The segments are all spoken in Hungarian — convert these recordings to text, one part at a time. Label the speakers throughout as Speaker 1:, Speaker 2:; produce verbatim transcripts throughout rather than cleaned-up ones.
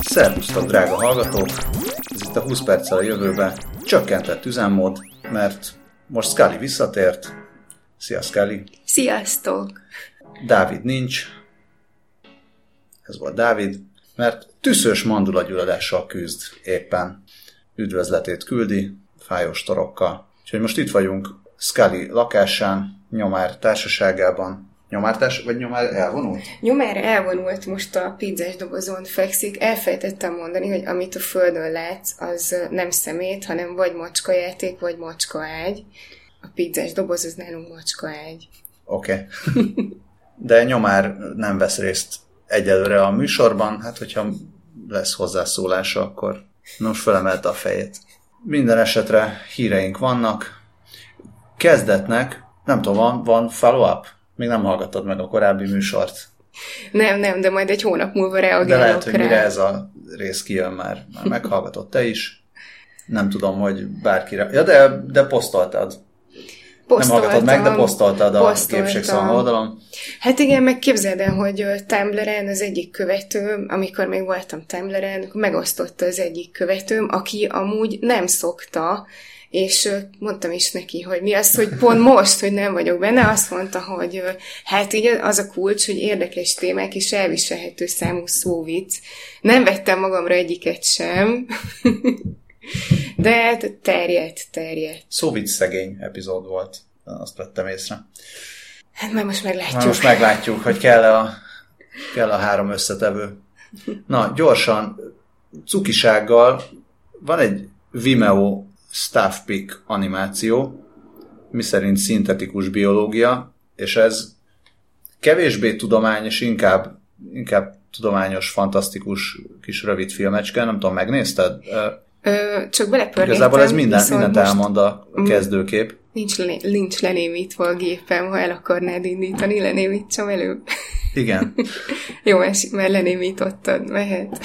Speaker 1: Szervusztok, drága hallgatók! Ez itt a húsz perccel a jövőbe csökkentett üzemmód, mert most Scully visszatért. Szia, Scully!
Speaker 2: Sziasztok!
Speaker 1: Dávid nincs. Ez volt Dávid, mert tüszős mandulagyulladással küzd éppen. Üdvözletét küldi, fájós torokkal. Úgyhogy most itt vagyunk Scully lakásán, Nyomár társaságában. Nyomártárs, vagy Nyomár elvonult?
Speaker 2: Nyomár elvonult, most a pizzás dobozon fekszik. Elfelejtettem mondani, hogy amit a földön látsz, az nem szemét, hanem vagy macskajáték, vagy macskaágy. A pizzás doboz az nálunk macskaágy.
Speaker 1: Oké. Okay. De Nyomár nem vesz részt egyelőre a műsorban, hát hogyha lesz hozzászólása, akkor most felemelte a fejét. Minden esetre híreink vannak. Kezdetnek, nem tudom, van, van follow-up? Még nem hallgattad meg a korábbi műsort.
Speaker 2: Nem, nem, de majd egy hónap múlva reagálok rá.
Speaker 1: De lehet, hogy mire ez a rész kijön, már, már meghallgatott te is. Nem tudom, hogy bárkire... Ja, de, de posztoltad.
Speaker 2: Posztoltam,
Speaker 1: nem hallgatod meg, de posztoltad a Gépségszalon oldalon.
Speaker 2: Hát igen, meg képzeld el, hogy Tumblr-en az egyik követőm, amikor még voltam Tumblr-en, megosztotta az egyik követőm, aki amúgy nem szokta, és mondtam is neki, hogy mi az, hogy pont most, hogy nem vagyok benne, azt mondta, hogy hát így az a kulcs, hogy érdekes témák és elviselhető számú szóvic. Nem vettem magamra egyiket sem, de terjedt, terjedt.
Speaker 1: Szóvic szegény epizód volt, azt vettem észre.
Speaker 2: Hát már most meglátjuk.
Speaker 1: Már most meglátjuk, hogy kell a, kell a három összetevő. Na, gyorsan, cukisággal van egy Vimeo staff pick animáció, miszerint szintetikus biológia, és ez kevésbé tudományos, inkább, inkább tudományos, fantasztikus kis rövid filmecske, nem tudom, megnézted?
Speaker 2: Ö, csak belepörgettem.
Speaker 1: Igazából ez minden, mindent elmond a kezdőkép.
Speaker 2: Nincs, le, nincs lenémítva a gépem, ha el akarnád indítani, lenémítsam előbb.
Speaker 1: Igen.
Speaker 2: Jó, mert lenémítottad, mehet.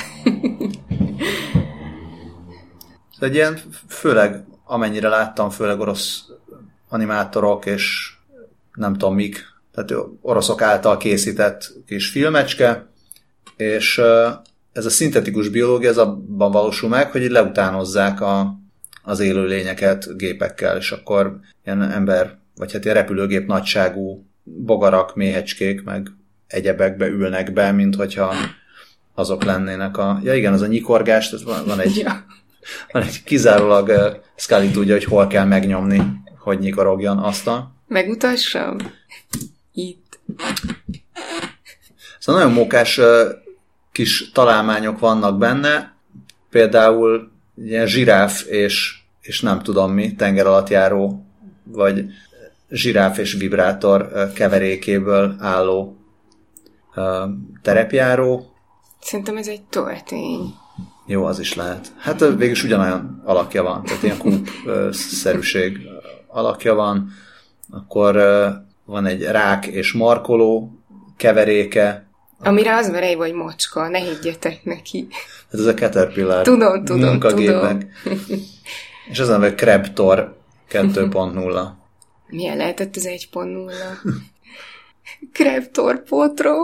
Speaker 1: Egy ilyen, főleg, amennyire láttam, főleg orosz animátorok, és nem tudom mik, tehát oroszok által készített kis filmecske, és ez a szintetikus biológia, ez abban valósul meg, hogy így leutánozzák a, az élőlényeket gépekkel, és akkor ilyen ember, vagy hát ilyen repülőgép nagyságú bogarak, méhecskék, meg egyebekbe ülnek be, mint hogyha azok lennének a... Ja igen, az a nyikorgás, tehát van, van egy...
Speaker 2: Ja.
Speaker 1: Van egy kizárólag uh, Scully tudja, hogy hol kell megnyomni, hogy nyikorogjon azt a...
Speaker 2: Megmutassam? Itt.
Speaker 1: Szóval nagyon mókás uh, kis találmányok vannak benne, például ilyen zsiráf és, és nem tudom mi, tengeralattjáró, vagy zsiráf és vibrátor uh, keverékéből álló uh, terepjáró.
Speaker 2: Szerintem ez egy toltény.
Speaker 1: Jó, az is lehet. Hát végülis ugyanolyan alakja van, tehát ilyen kúp-szerűség alakja van. Akkor van egy rák és markoló keveréke.
Speaker 2: Amire az verej vagy macska, ne higgyetek neki.
Speaker 1: Hát ez a Caterpillar
Speaker 2: tudom, tudom,
Speaker 1: munkagépek. Tudom. És ezen a Crabtor kettő pont nulla.
Speaker 2: Milyen lehetett ez egy pont nulla? Crabtor Potro.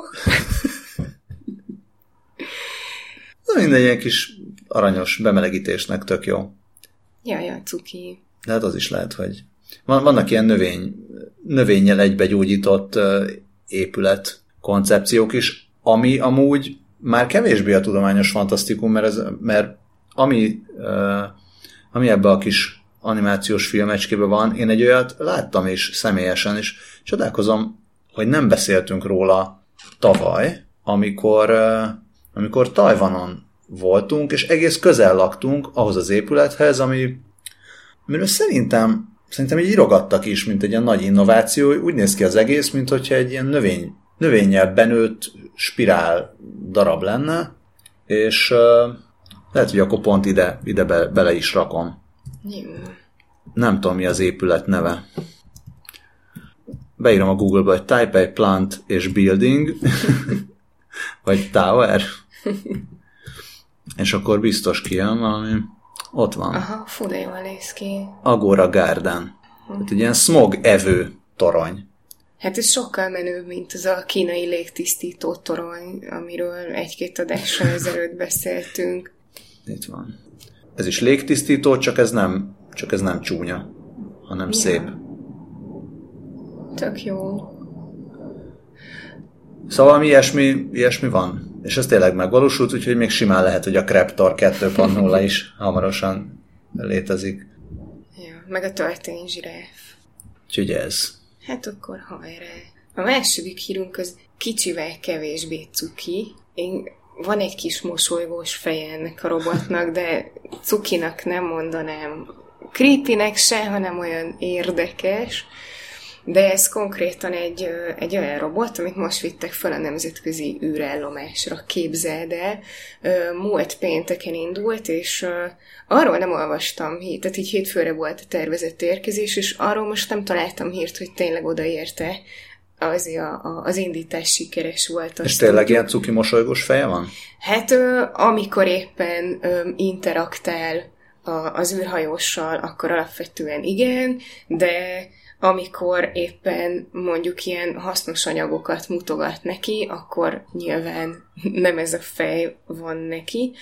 Speaker 1: Na minden ilyen kis aranyos bemelegítésnek tök jó.
Speaker 2: Jaj, jaj, cuki.
Speaker 1: De hát az is lehet, hogy... Van, vannak ilyen növény, növényel egybegyógyított uh, épület koncepciók is, ami amúgy már kevésbé a tudományos fantasztikum, mert, ez, mert ami, uh, ami ebben a kis animációs filmecskében van, én egy olyat láttam is személyesen, és csodálkozom, hogy nem beszéltünk róla tavaly, amikor... Uh, amikor Tajvanon voltunk, és egész közel laktunk ahhoz az épülethez, ami, amiről szerintem, szerintem így írogattak is, mint egy ilyen nagy innováció. Úgy néz ki az egész, mint hogyha egy ilyen növény, növényel benőtt spirál darab lenne, és uh, lehet, hogy akkor pont ide, ide be, bele is rakom.
Speaker 2: Jó.
Speaker 1: Nem tudom, mi az épület neve. Beírom a Google-ba, hogy Taipei Plant és Building, vagy Tower, és akkor biztos kijön valami. Ott van.
Speaker 2: Aha, fú, de jól néz ki.
Speaker 1: Agora Garden. Hm. Tehát egy ilyen smog evő torony.
Speaker 2: Hát ez sokkal menőbb, mint az a kínai légtisztító torony, amiről egy-két adással ezelőtt beszéltünk.
Speaker 1: Itt van. Ez is légtisztító, csak ez nem, csak ez nem csúnya, hanem ja. szép.
Speaker 2: Tök jó.
Speaker 1: Szóval mi ilyesmi, ilyesmi van. És ez tényleg megvalósult, úgyhogy még simán lehet, hogy a Creptor kettő pont nulla is hamarosan létezik.
Speaker 2: Ja, meg a történy zsiráf.
Speaker 1: Úgyhogy ez.
Speaker 2: Hát akkor hajrá. A második hírünk az kicsivel kevésbé cuki. Én, van egy kis mosolygós feje ennek a robotnak, de cukinak nem mondanám. Creepynek se, hanem olyan érdekes. De ez konkrétan egy, egy olyan robot, amit most vittek fel a nemzetközi űrállomásra, képzeld el. Múlt pénteken indult, és arról nem olvastam hírt, tehát így hétfőre volt a tervezett érkezés, és arról most nem találtam hírt, hogy tényleg odaérte. Az, a, az indítás sikeres volt.
Speaker 1: És tényleg ilyen cuki mosolygós feje van?
Speaker 2: Hát amikor éppen interaktál az űrhajóssal, akkor alapvetően igen, de amikor éppen mondjuk ilyen hasznos anyagokat mutogat neki, akkor nyilván nem ez a fej van neki,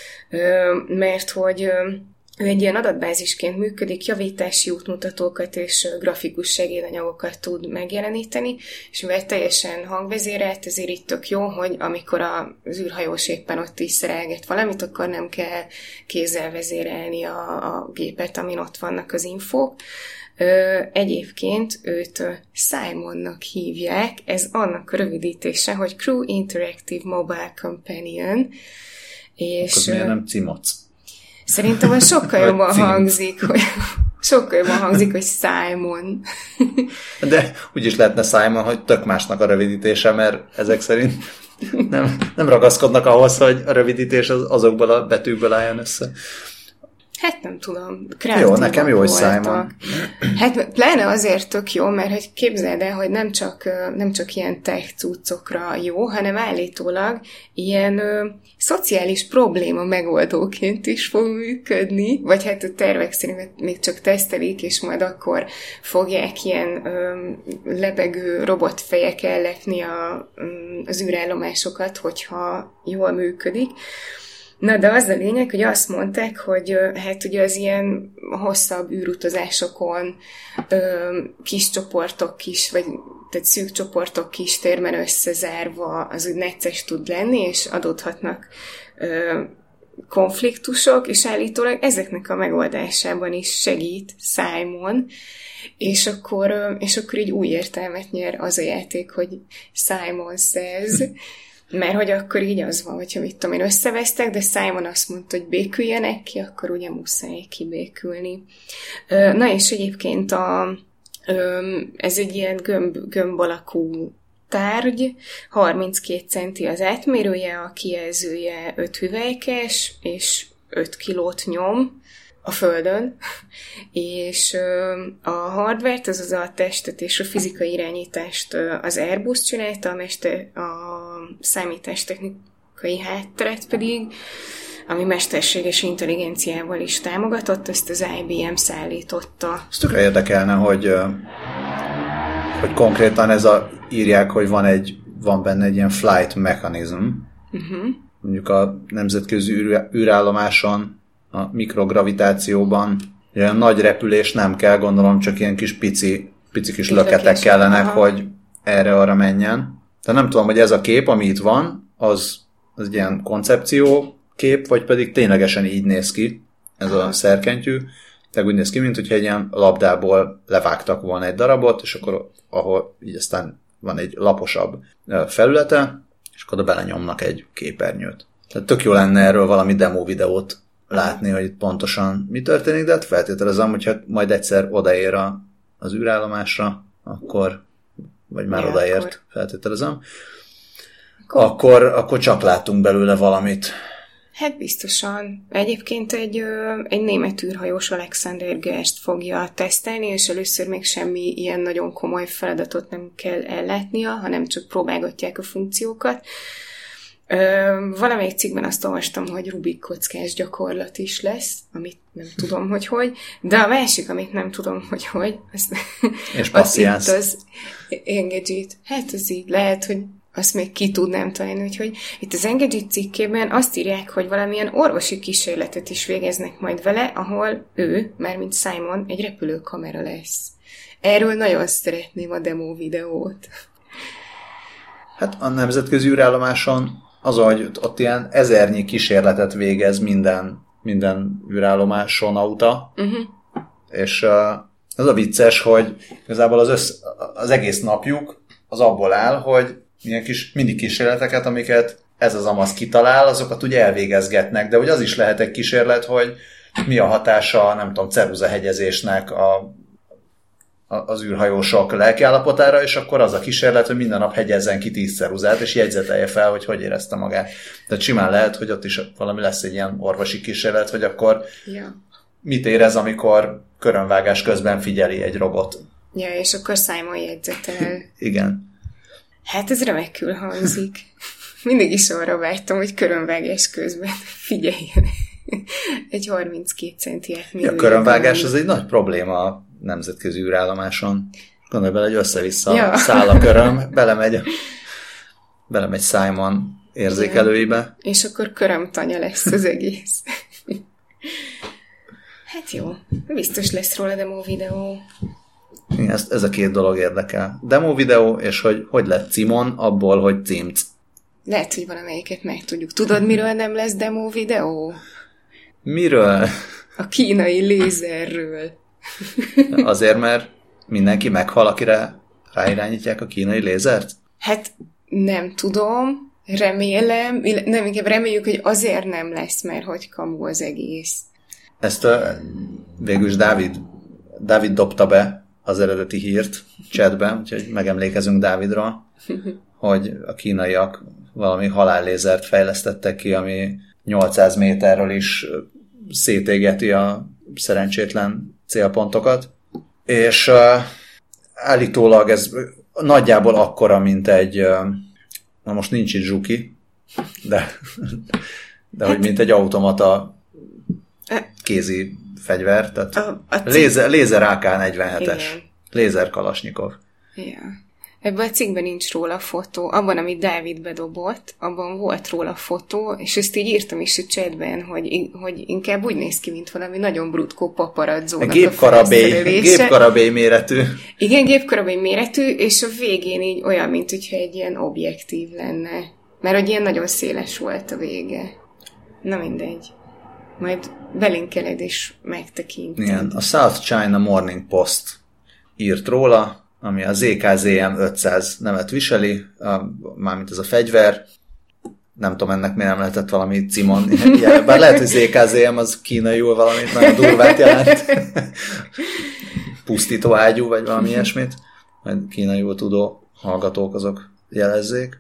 Speaker 2: mert hogy ő egy ilyen adatbázisként működik, javítási útmutatókat és grafikus segédanyagokat tud megjeleníteni, és mivel teljesen hangvezérelt, ezért itt tök jó, hogy amikor az űrhajós éppen ott is szerelget valamit, akkor nem kell kézzel vezérelni a, a gépet, amin ott vannak az infók. Ö, egyébként őt Simonnak hívják, ez annak a rövidítése, hogy Crew Interactive Mobile Companion. És
Speaker 1: akkor miért nem Cimac?
Speaker 2: Szerintem az sokkal jobban hangzik, hogy sokkal jobban hangzik, hogy Simon.
Speaker 1: De úgyis lehetne Simon, hogy tök másnak a rövidítése, mert ezek szerint nem, nem ragaszkodnak ahhoz, hogy a rövidítés az azokból a betűkből álljon össze.
Speaker 2: Hát nem tudom.
Speaker 1: Jó, nekem jó, hogy Simon.
Speaker 2: Hát pláne azért tök jó, mert hogy képzeld el, hogy nem csak, nem csak ilyen tech cuccokra jó, hanem állítólag ilyen ö, szociális probléma megoldóként is fog működni, vagy hát a tervek szerint még csak tesztelik, és majd akkor fogják ilyen ö, lebegő robotfejekkel lepni a, az űrállomásokat, hogyha jól működik. Na, de az a lényeg, hogy azt mondták, hogy hát ugye az ilyen hosszabb űrutazásokon ö, kis csoportok kis, vagy tehát szűk csoportok kis térben összezárva az úgy necces tud lenni, és adódhatnak ö, konfliktusok, és állítólag ezeknek a megoldásában is segít Simon, és akkor, és akkor így új értelmet nyer az a játék, hogy Simon Says, mert hogy akkor így az van, hogyha mit tudom én összevesztek, de Simon azt mondta, hogy béküljenek ki, akkor ugye muszáj kibékülni. Na és egyébként a, ez egy ilyen gömb, gömb alakú tárgy, harminckét centi az átmérője, a kijelzője öt hüvelykes, és öt kilót nyom a Földön, és a hardware-t, azaz a testet és a fizikai irányítást az Airbus csinálta, a, mester, a számítástechnikai hátteret pedig, ami mesterséges intelligenciával is támogatott, ezt az I B M szállította. Ez
Speaker 1: tökre érdekelne, hogy, hogy konkrétan ez a, írják, hogy van, egy, van benne egy ilyen flight mechanism, uh-huh. mondjuk a nemzetközi űr, űrállomáson, a mikrogravitációban olyan nagy repülés nem kell, gondolom, csak ilyen kis pici, pici kis löketek kellenek, aha. hogy erre-arra menjen. De nem tudom, hogy ez a kép, ami itt van, az, az egy ilyen koncepció kép, vagy pedig ténylegesen így néz ki ez a szerkentyű. Tehát úgy néz ki, mint hogyha egy ilyen labdából levágtak volna egy darabot, és akkor ahol így aztán van egy laposabb felülete, és akkor oda belenyomnak egy képernyőt. Tehát tök jó lenne erről valami demo videót látni, hogy pontosan mi történik, de hát feltételezem, hogyha majd egyszer odaér a, az űrállomásra, akkor, vagy már ja, odaért, akkor... feltételezem, akkor... Akkor, akkor csak látunk belőle valamit.
Speaker 2: Hát biztosan. Egyébként egy, egy német űrhajós Alexander Gerst fogja tesztelni, és először még semmi ilyen nagyon komoly feladatot nem kell ellátnia, hanem csak próbálgatják a funkciókat. Ö, valamelyik cikkben azt olvastam, hogy Rubik kockás gyakorlat is lesz, amit nem tudom, hogy hogy, de a másik, amit nem tudom, hogy hogy, az,
Speaker 1: és passziánsz.
Speaker 2: Az, az Engadget. Hát az így lehet, hogy azt még ki tudnám találni, úgyhogy itt az Engadget cikkében azt írják, hogy valamilyen orvosi kísérletet is végeznek majd vele, ahol ő, mármint Simon, egy repülőkamera lesz. Erről nagyon szeretném a demo videót.
Speaker 1: Hát a nemzetközi űrállomáson az, hogy ott ilyen ezernyi kísérletet végez minden, minden űrállomásonauta, uh-huh. és uh, az a vicces, hogy igazából az, össz, az egész napjuk az abból áll, hogy ilyen kis, mindig kísérleteket, amiket ez az amasz kitalál, azokat úgy elvégezgetnek, de hogy az is lehet egy kísérlet, hogy mi a hatása, nem tudom, ceruzahegyezésnek a az űrhajósok lelkiállapotára, és akkor az a kísérlet, hogy minden nap hegyezzen ki tíz ceruzát, és jegyzetelje fel, hogy hogy érezte magát. Tehát simán lehet, hogy ott is valami lesz egy ilyen orvosi kísérlet, hogy akkor ja. mit érez, amikor körönvágás közben figyeli egy robot.
Speaker 2: Ja, és akkor Simon jegyzetel.
Speaker 1: Igen.
Speaker 2: Hát ez remekül hangzik. Mindig is arra vágytam, hogy körönvágás közben figyeljen. Egy harminckét centiát.
Speaker 1: Ja, a körönvágás az egy nagy probléma a nemzetközi űrállomáson. Gondolj bele, hogy össze-vissza ja. száll a köröm, belemegy, belemegy Simon érzékelőibe. Ja.
Speaker 2: És akkor körömtanya lesz az egész. Hát jó, biztos lesz róla demo videó.
Speaker 1: Igen, ez, ez a két dolog érdekel. Demo videó, és hogy hogy lett Cimon abból, hogy címc.
Speaker 2: Lehet, hogy valamelyiket megtudjuk. Tudod, miről nem lesz demo videó?
Speaker 1: Miről?
Speaker 2: A kínai lézerről.
Speaker 1: Azért, mert mindenki meghal, akire ráirányítják a kínai lézert?
Speaker 2: Hát nem tudom, remélem, nem, inkább reméljük, hogy azért nem lesz, mert hogy kamu az egész.
Speaker 1: Ezt uh, végül is Dávid, Dávid dobta be az eredeti hírt chatben, úgyhogy megemlékezünk Dávidról, hogy a kínaiak valami halállézert fejlesztettek ki, ami nyolcszáz méterről is szétégeti a szerencsétlen célpontokat, és uh, állítólag ez nagyjából akkora, mint egy, uh, na most nincs itt zsuki, de, de hogy mint egy automata kézi fegyver, tehát a, a lézer, lézer á ká negyvenhetes, igen. Lézer Kalasnyikov.
Speaker 2: Ja. Ebben a cikkben nincs róla fotó. Abban, amit Dávid bedobott, abban volt róla fotó, és ezt így írtam is a chatben, hogy, hogy inkább úgy néz ki, mint valami nagyon brutkó paparazzónak
Speaker 1: gépkarabély, a gépkarabély méretű.
Speaker 2: Igen, gépkarabély méretű, és a végén így olyan, mint hogyha egy ilyen objektív lenne. Mert hogy ilyen nagyon széles volt a vége. Na mindegy. Majd belinkeled és megtekinted.
Speaker 1: Igen, a South China Morning Post írt róla, ami a zé ká zé em ötszáz nevet viseli, a, mármint ez a fegyver. Nem tudom, ennek miért nem lehetett valami címon. Bár lehet, hogy zé ká zé em az kínaiul valamit nagyon durvát jelent. Pusztító ágyú, vagy valami ilyesmit. Majd kínaiul tudó hallgatók azok jelezzék.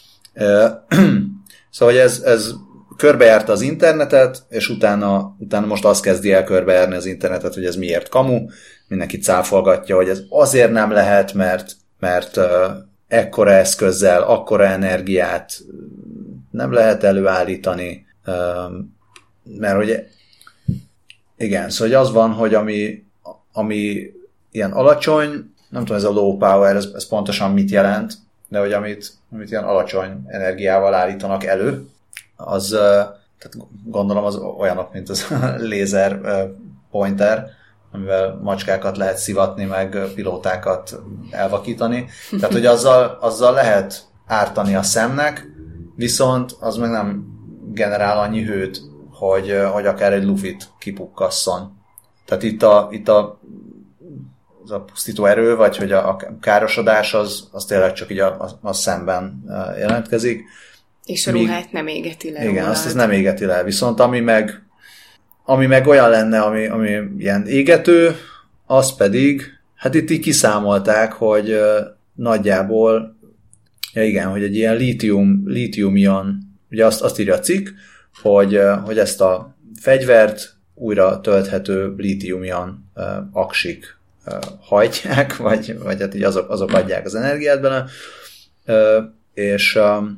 Speaker 1: Szóval ez, ez körbejárta az internetet, és utána, utána most azt kezdi el körbejárni az internetet, hogy ez miért kamu. Mindenki cáfolgatja, hogy ez azért nem lehet, mert, mert uh, ekkora eszközzel, akkora energiát nem lehet előállítani, uh, mert hogy igen, szóval az van, hogy ami, ami ilyen alacsony, nem tudom, ez a low power, ez, ez pontosan mit jelent, de hogy amit, amit ilyen alacsony energiával állítanak elő, az, uh, tehát gondolom az olyanok, mint az lézer uh, pointer, amivel macskákat lehet szivatni, meg pilótákat elvakítani. Tehát, hogy azzal, azzal lehet ártani a szemnek, viszont az meg nem generál annyi hőt, hogy, hogy akár egy lufit kipukkasszon. Tehát itt a, itt a, az a pusztító erő, vagy hogy a, a károsodás az, az tényleg csak így a, a, a szemben jelentkezik.
Speaker 2: És a ruhát Míg, nem égeti le.
Speaker 1: Igen, azt ez nem égeti le. Viszont ami meg Ami meg olyan lenne, ami, ami ilyen égető, az pedig, hát itt így kiszámolták, hogy uh, nagyjából, ja igen, hogy egy ilyen lítium, lítium-ion, ugye azt, azt írja a cikk, hogy, uh, hogy ezt a fegyvert újra tölthető lítium-ion uh, aksik uh, hajtják, vagy, vagy hát így azok, azok adják az energiát benne, uh, és um,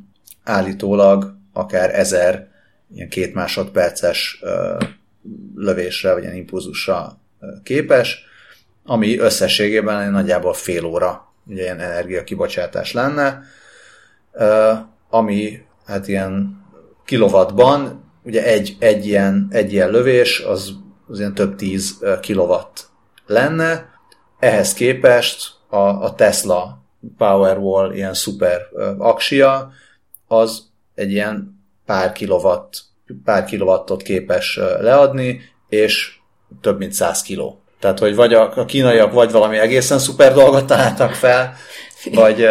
Speaker 1: állítólag akár ezer ilyen két másodperces ö, lövésre, vagy ilyen impulzusra ö, képes, ami összességében nagyjából fél óra ugye ilyen energiakibocsátás lenne, ö, ami hát ilyen kilowattban, ugye egy, egy, ilyen, egy ilyen lövés az, az ilyen több tíz kilowatt lenne. Ehhez képest a, a Tesla Powerwall ilyen szuper aksia, az egy ilyen pár kilowatt, pár kilowattot képes leadni, és több mint száz kiló. Tehát, hogy vagy a, a kínaiak vagy valami egészen szuper dolgot találtak fel, vagy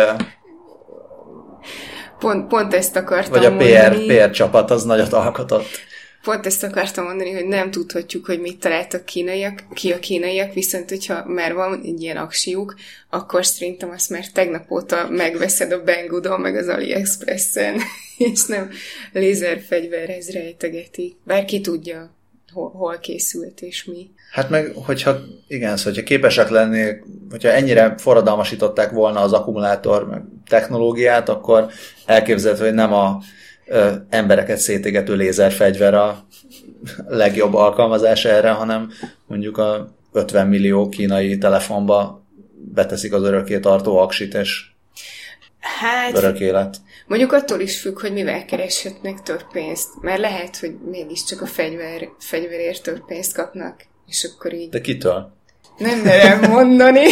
Speaker 2: pont, pont ezt akartam
Speaker 1: vagy a pé er,
Speaker 2: mondani.
Speaker 1: pé er csapat az nagyot alkotott.
Speaker 2: Pont ezt akartam mondani, hogy nem tudhatjuk, hogy mit találtak kínaiak, ki a kínaiak, viszont hogyha már van egy ilyen aksiuk, akkor szerintem azt már tegnap óta megveszed a Banggoodon, meg az AliExpressen, és nem lézerfegyverhez rejtegetik. Bár ki tudja, hol, hol készült és mi.
Speaker 1: Hát meg, hogyha igen, szóval, hogyha képesek lennék, hogyha ennyire forradalmasították volna az akkumulátor meg technológiát, akkor elképzelhető, hogy nem a ö, embereket szétégető lézerfegyver a legjobb alkalmazás erre, hanem mondjuk a ötven millió kínai telefonba beteszik az örökké tartó aksit, és
Speaker 2: hát,
Speaker 1: örök élet.
Speaker 2: Mondjuk attól is függ, hogy mivel kereshetnek több pénzt. Mert lehet, hogy mégiscsak a fegyver, fegyverért több pénzt kapnak, és akkor így...
Speaker 1: De kitől?
Speaker 2: Nem merem mondani.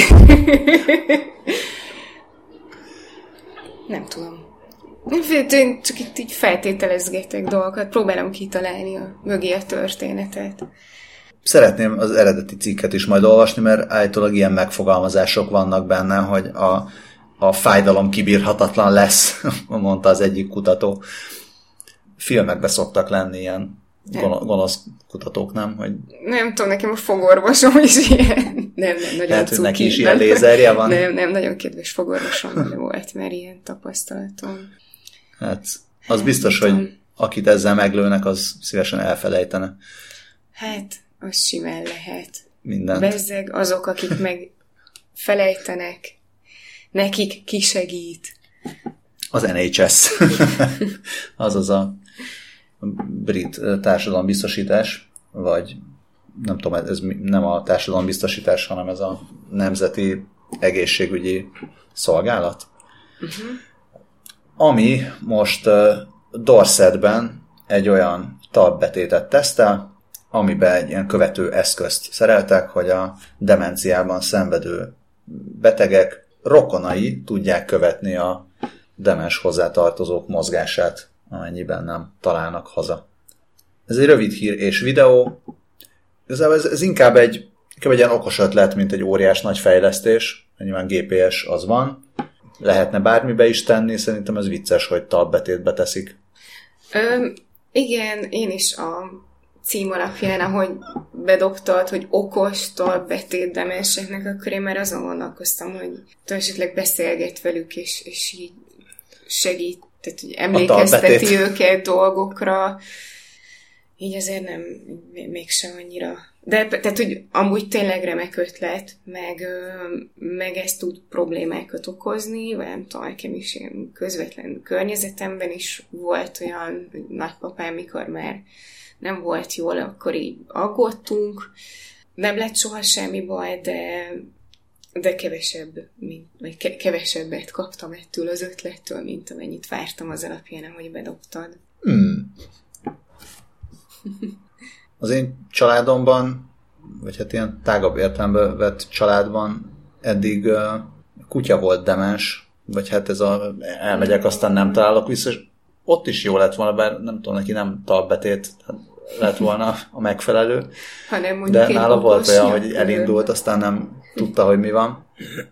Speaker 2: Nem tudom. Én csak itt így feltételezgetek dolgokat, próbálom kitalálni a mögé a történetet.
Speaker 1: Szeretném az eredeti cikket is majd olvasni, mert állítólag ilyen megfogalmazások vannak benne, hogy a, a fájdalom kibírhatatlan lesz, mondta az egyik kutató. Filmekben szoktak lenni ilyen gonosz kutatók, nem? Hogy...
Speaker 2: Nem tudom, nekem a fogorvosom is ilyen. Nem, nem, nagyon
Speaker 1: lehet, hogy neki is
Speaker 2: cuki.
Speaker 1: ilyen lézerje van.
Speaker 2: Nem, nem, nagyon kedves fogorvosom volt, mert ilyen tapasztalatom.
Speaker 1: Hát az biztos, hogy akit ezzel meglőnek, az szívesen elfelejtene.
Speaker 2: Hát, az simán lehet.
Speaker 1: Mindent.
Speaker 2: Bezzeg azok, akik meg felejtenek, nekik kisegít.
Speaker 1: Az en há es. Azaz a brit társadalombiztosítás, vagy nem tudom, ez nem a társadalombiztosítás, hanem ez a Nemzeti Egészségügyi Szolgálat. Uh-huh. Ami most uh, Dorsetben egy olyan talpbetétet tesztel, amiben egy ilyen követő eszközt szereltek, hogy a demenciában szenvedő betegek rokonai tudják követni a demens hozzátartozók mozgását, amennyiben nem találnak haza. Ez egy rövid hír és videó. Ez, ez inkább, egy, inkább egy ilyen okos ötlet, mint egy óriás nagy fejlesztés. Nyilván gé pé es az van. Lehetne bármibe is tenni, szerintem ez vicces, hogy talpbetétbe teszik.
Speaker 2: Ö, igen, én is a cím alapján, ahogy bedobtad, hogy okos talpbetét demenseknek, akkor én már azon gondolkoztam, hogy esetleg beszélget velük, és, és így segít, tehát hogy emlékezteti őket dolgokra. Így azért nem, mégsem annyira. De tehát, hogy amúgy tényleg remek ötlet, meg, meg ez tud problémákat okozni, vagy nem tudom, nekem is ilyen közvetlen környezetemben is volt olyan nagypapám, mikor már nem volt jól, akkor így aggódtunk. Nem lett soha semmi baj, de, de kevesebb, mint, vagy ke, kevesebbet kaptam ettől az ötlettől, mint amennyit vártam az alapján, ahogy bedobtad.
Speaker 1: Hmm. Az én családomban, vagy hát ilyen tágabb értelemben vett családban eddig uh, kutya volt demens, vagy hát ez a elmegyek, aztán nem találok vissza, és ott is jó lett volna, bár nem tudom, neki nem talpbetét lett volna a megfelelő.
Speaker 2: Hanem
Speaker 1: de nála volt olyan, hogy elindult, aztán nem tudta, hogy mi van.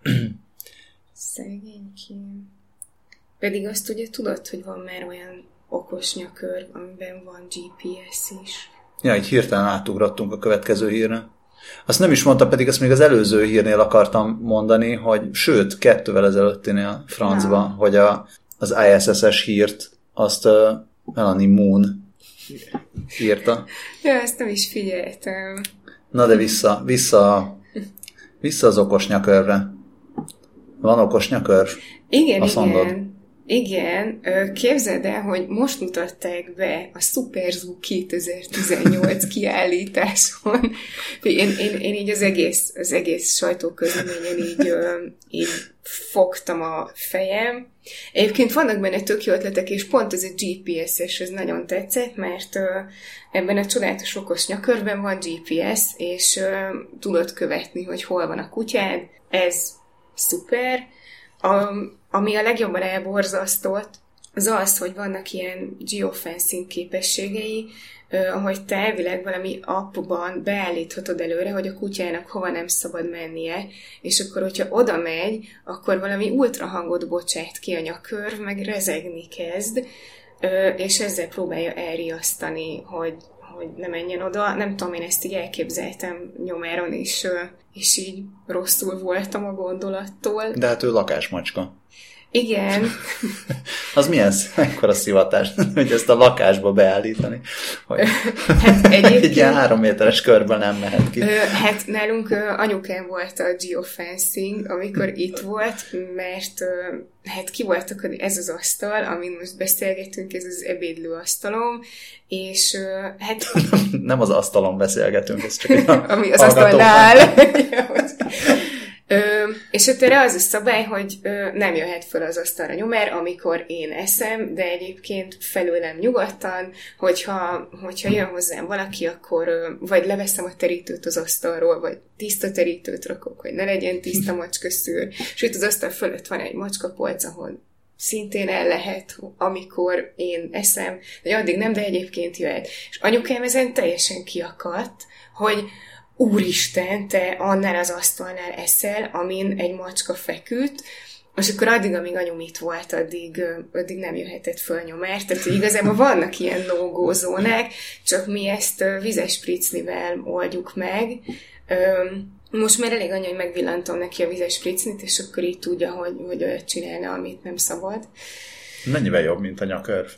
Speaker 2: Szegénykém. Pedig azt ugye tudod, hogy van már olyan okos nyakör, amiben van gé pé es is.
Speaker 1: Ja, így hirtelen átugrottunk a következő hírre. Azt nem is mondta, pedig azt még az előző hírnél akartam mondani, hogy sőt, kettővel ezelőttinél francba, ja. hogy a, az i es es-es hírt azt uh, Melanie Moon írta.
Speaker 2: Ja, ezt nem is figyeltem.
Speaker 1: Na de vissza, vissza, vissza az okos nyakörre. Van okos nyakör?
Speaker 2: Igen,
Speaker 1: azt
Speaker 2: igen.
Speaker 1: mondod?
Speaker 2: Igen, képzeld el, hogy most mutatták be a Super Zoo kétezer-tizennyolc kiállításon. Én, én, én így az egész, az egész sajtóközleményen így, így fogtam a fejem. Egyébként vannak benne tök jó ötletek, és pont ez a gé pé es-es, ez nagyon tetszett, mert ebben a csodálatos okos nyakörben van gé pé es, és tudod követni, hogy hol van a kutyád. Ez szuper. A, ami a legjobban elborzasztott, az az, hogy vannak ilyen geofencing képességei, eh, ahogy te elvileg valami appban beállíthatod előre, hogy a kutyának hova nem szabad mennie, és akkor, hogyha oda megy, akkor valami ultrahangot bocsát ki a nyakörv, meg rezegni kezd, eh, és ezzel próbálja elriasztani, hogy, hogy ne menjen oda. Nem tudom, én ezt így elképzeltem nyomáron, és, eh, és így rosszul voltam a gondolattól.
Speaker 1: De hát ő lakásmacska.
Speaker 2: Igen.
Speaker 1: Az milyen ekkora szivatás, hogy ezt a lakásba beállítani? Hogy
Speaker 2: hát egyébként...
Speaker 1: egy ilyen három méteres körben nem mehet ki.
Speaker 2: Hát nálunk anyukám volt a geofencing, amikor itt volt, mert hát ki voltak ez az asztal, amin most beszélgetünk, ez az ebédlő asztalom, és hát...
Speaker 1: Nem az asztalon beszélgetünk, ez csak a
Speaker 2: ami az asztalnál. Ö, és ott erre az a szabály, hogy ö, nem jöhet fel az asztalra nyomer, amikor én eszem, de egyébként felőlem nyugodtan, hogyha, hogyha jön hozzám valaki, akkor ö, vagy leveszem a terítőt az asztalról, vagy tiszta terítőt rakok, hogy ne legyen tiszta macskaszőr. Sőt, az asztal fölött van egy macskapolc, ahol szintén el lehet, amikor én eszem, de addig nem, de egyébként jöhet. És anyukám ezen teljesen kiakadt, hogy úristen, te annál az asztalnál eszel, amin egy macska feküdt, és akkor addig, amíg anyum itt volt, addig, addig nem jöhetett föl nyomás. Tehát igazából vannak ilyen no-go zónák, csak mi ezt vizes spricnivel oldjuk meg. Most már elég annyi, hogy megvillantom neki a vizes spricnit, és akkor így tudja, hogy, hogy olyat csinálna, amit nem szabad.
Speaker 1: Mennyivel jobb, mint a nyakörv?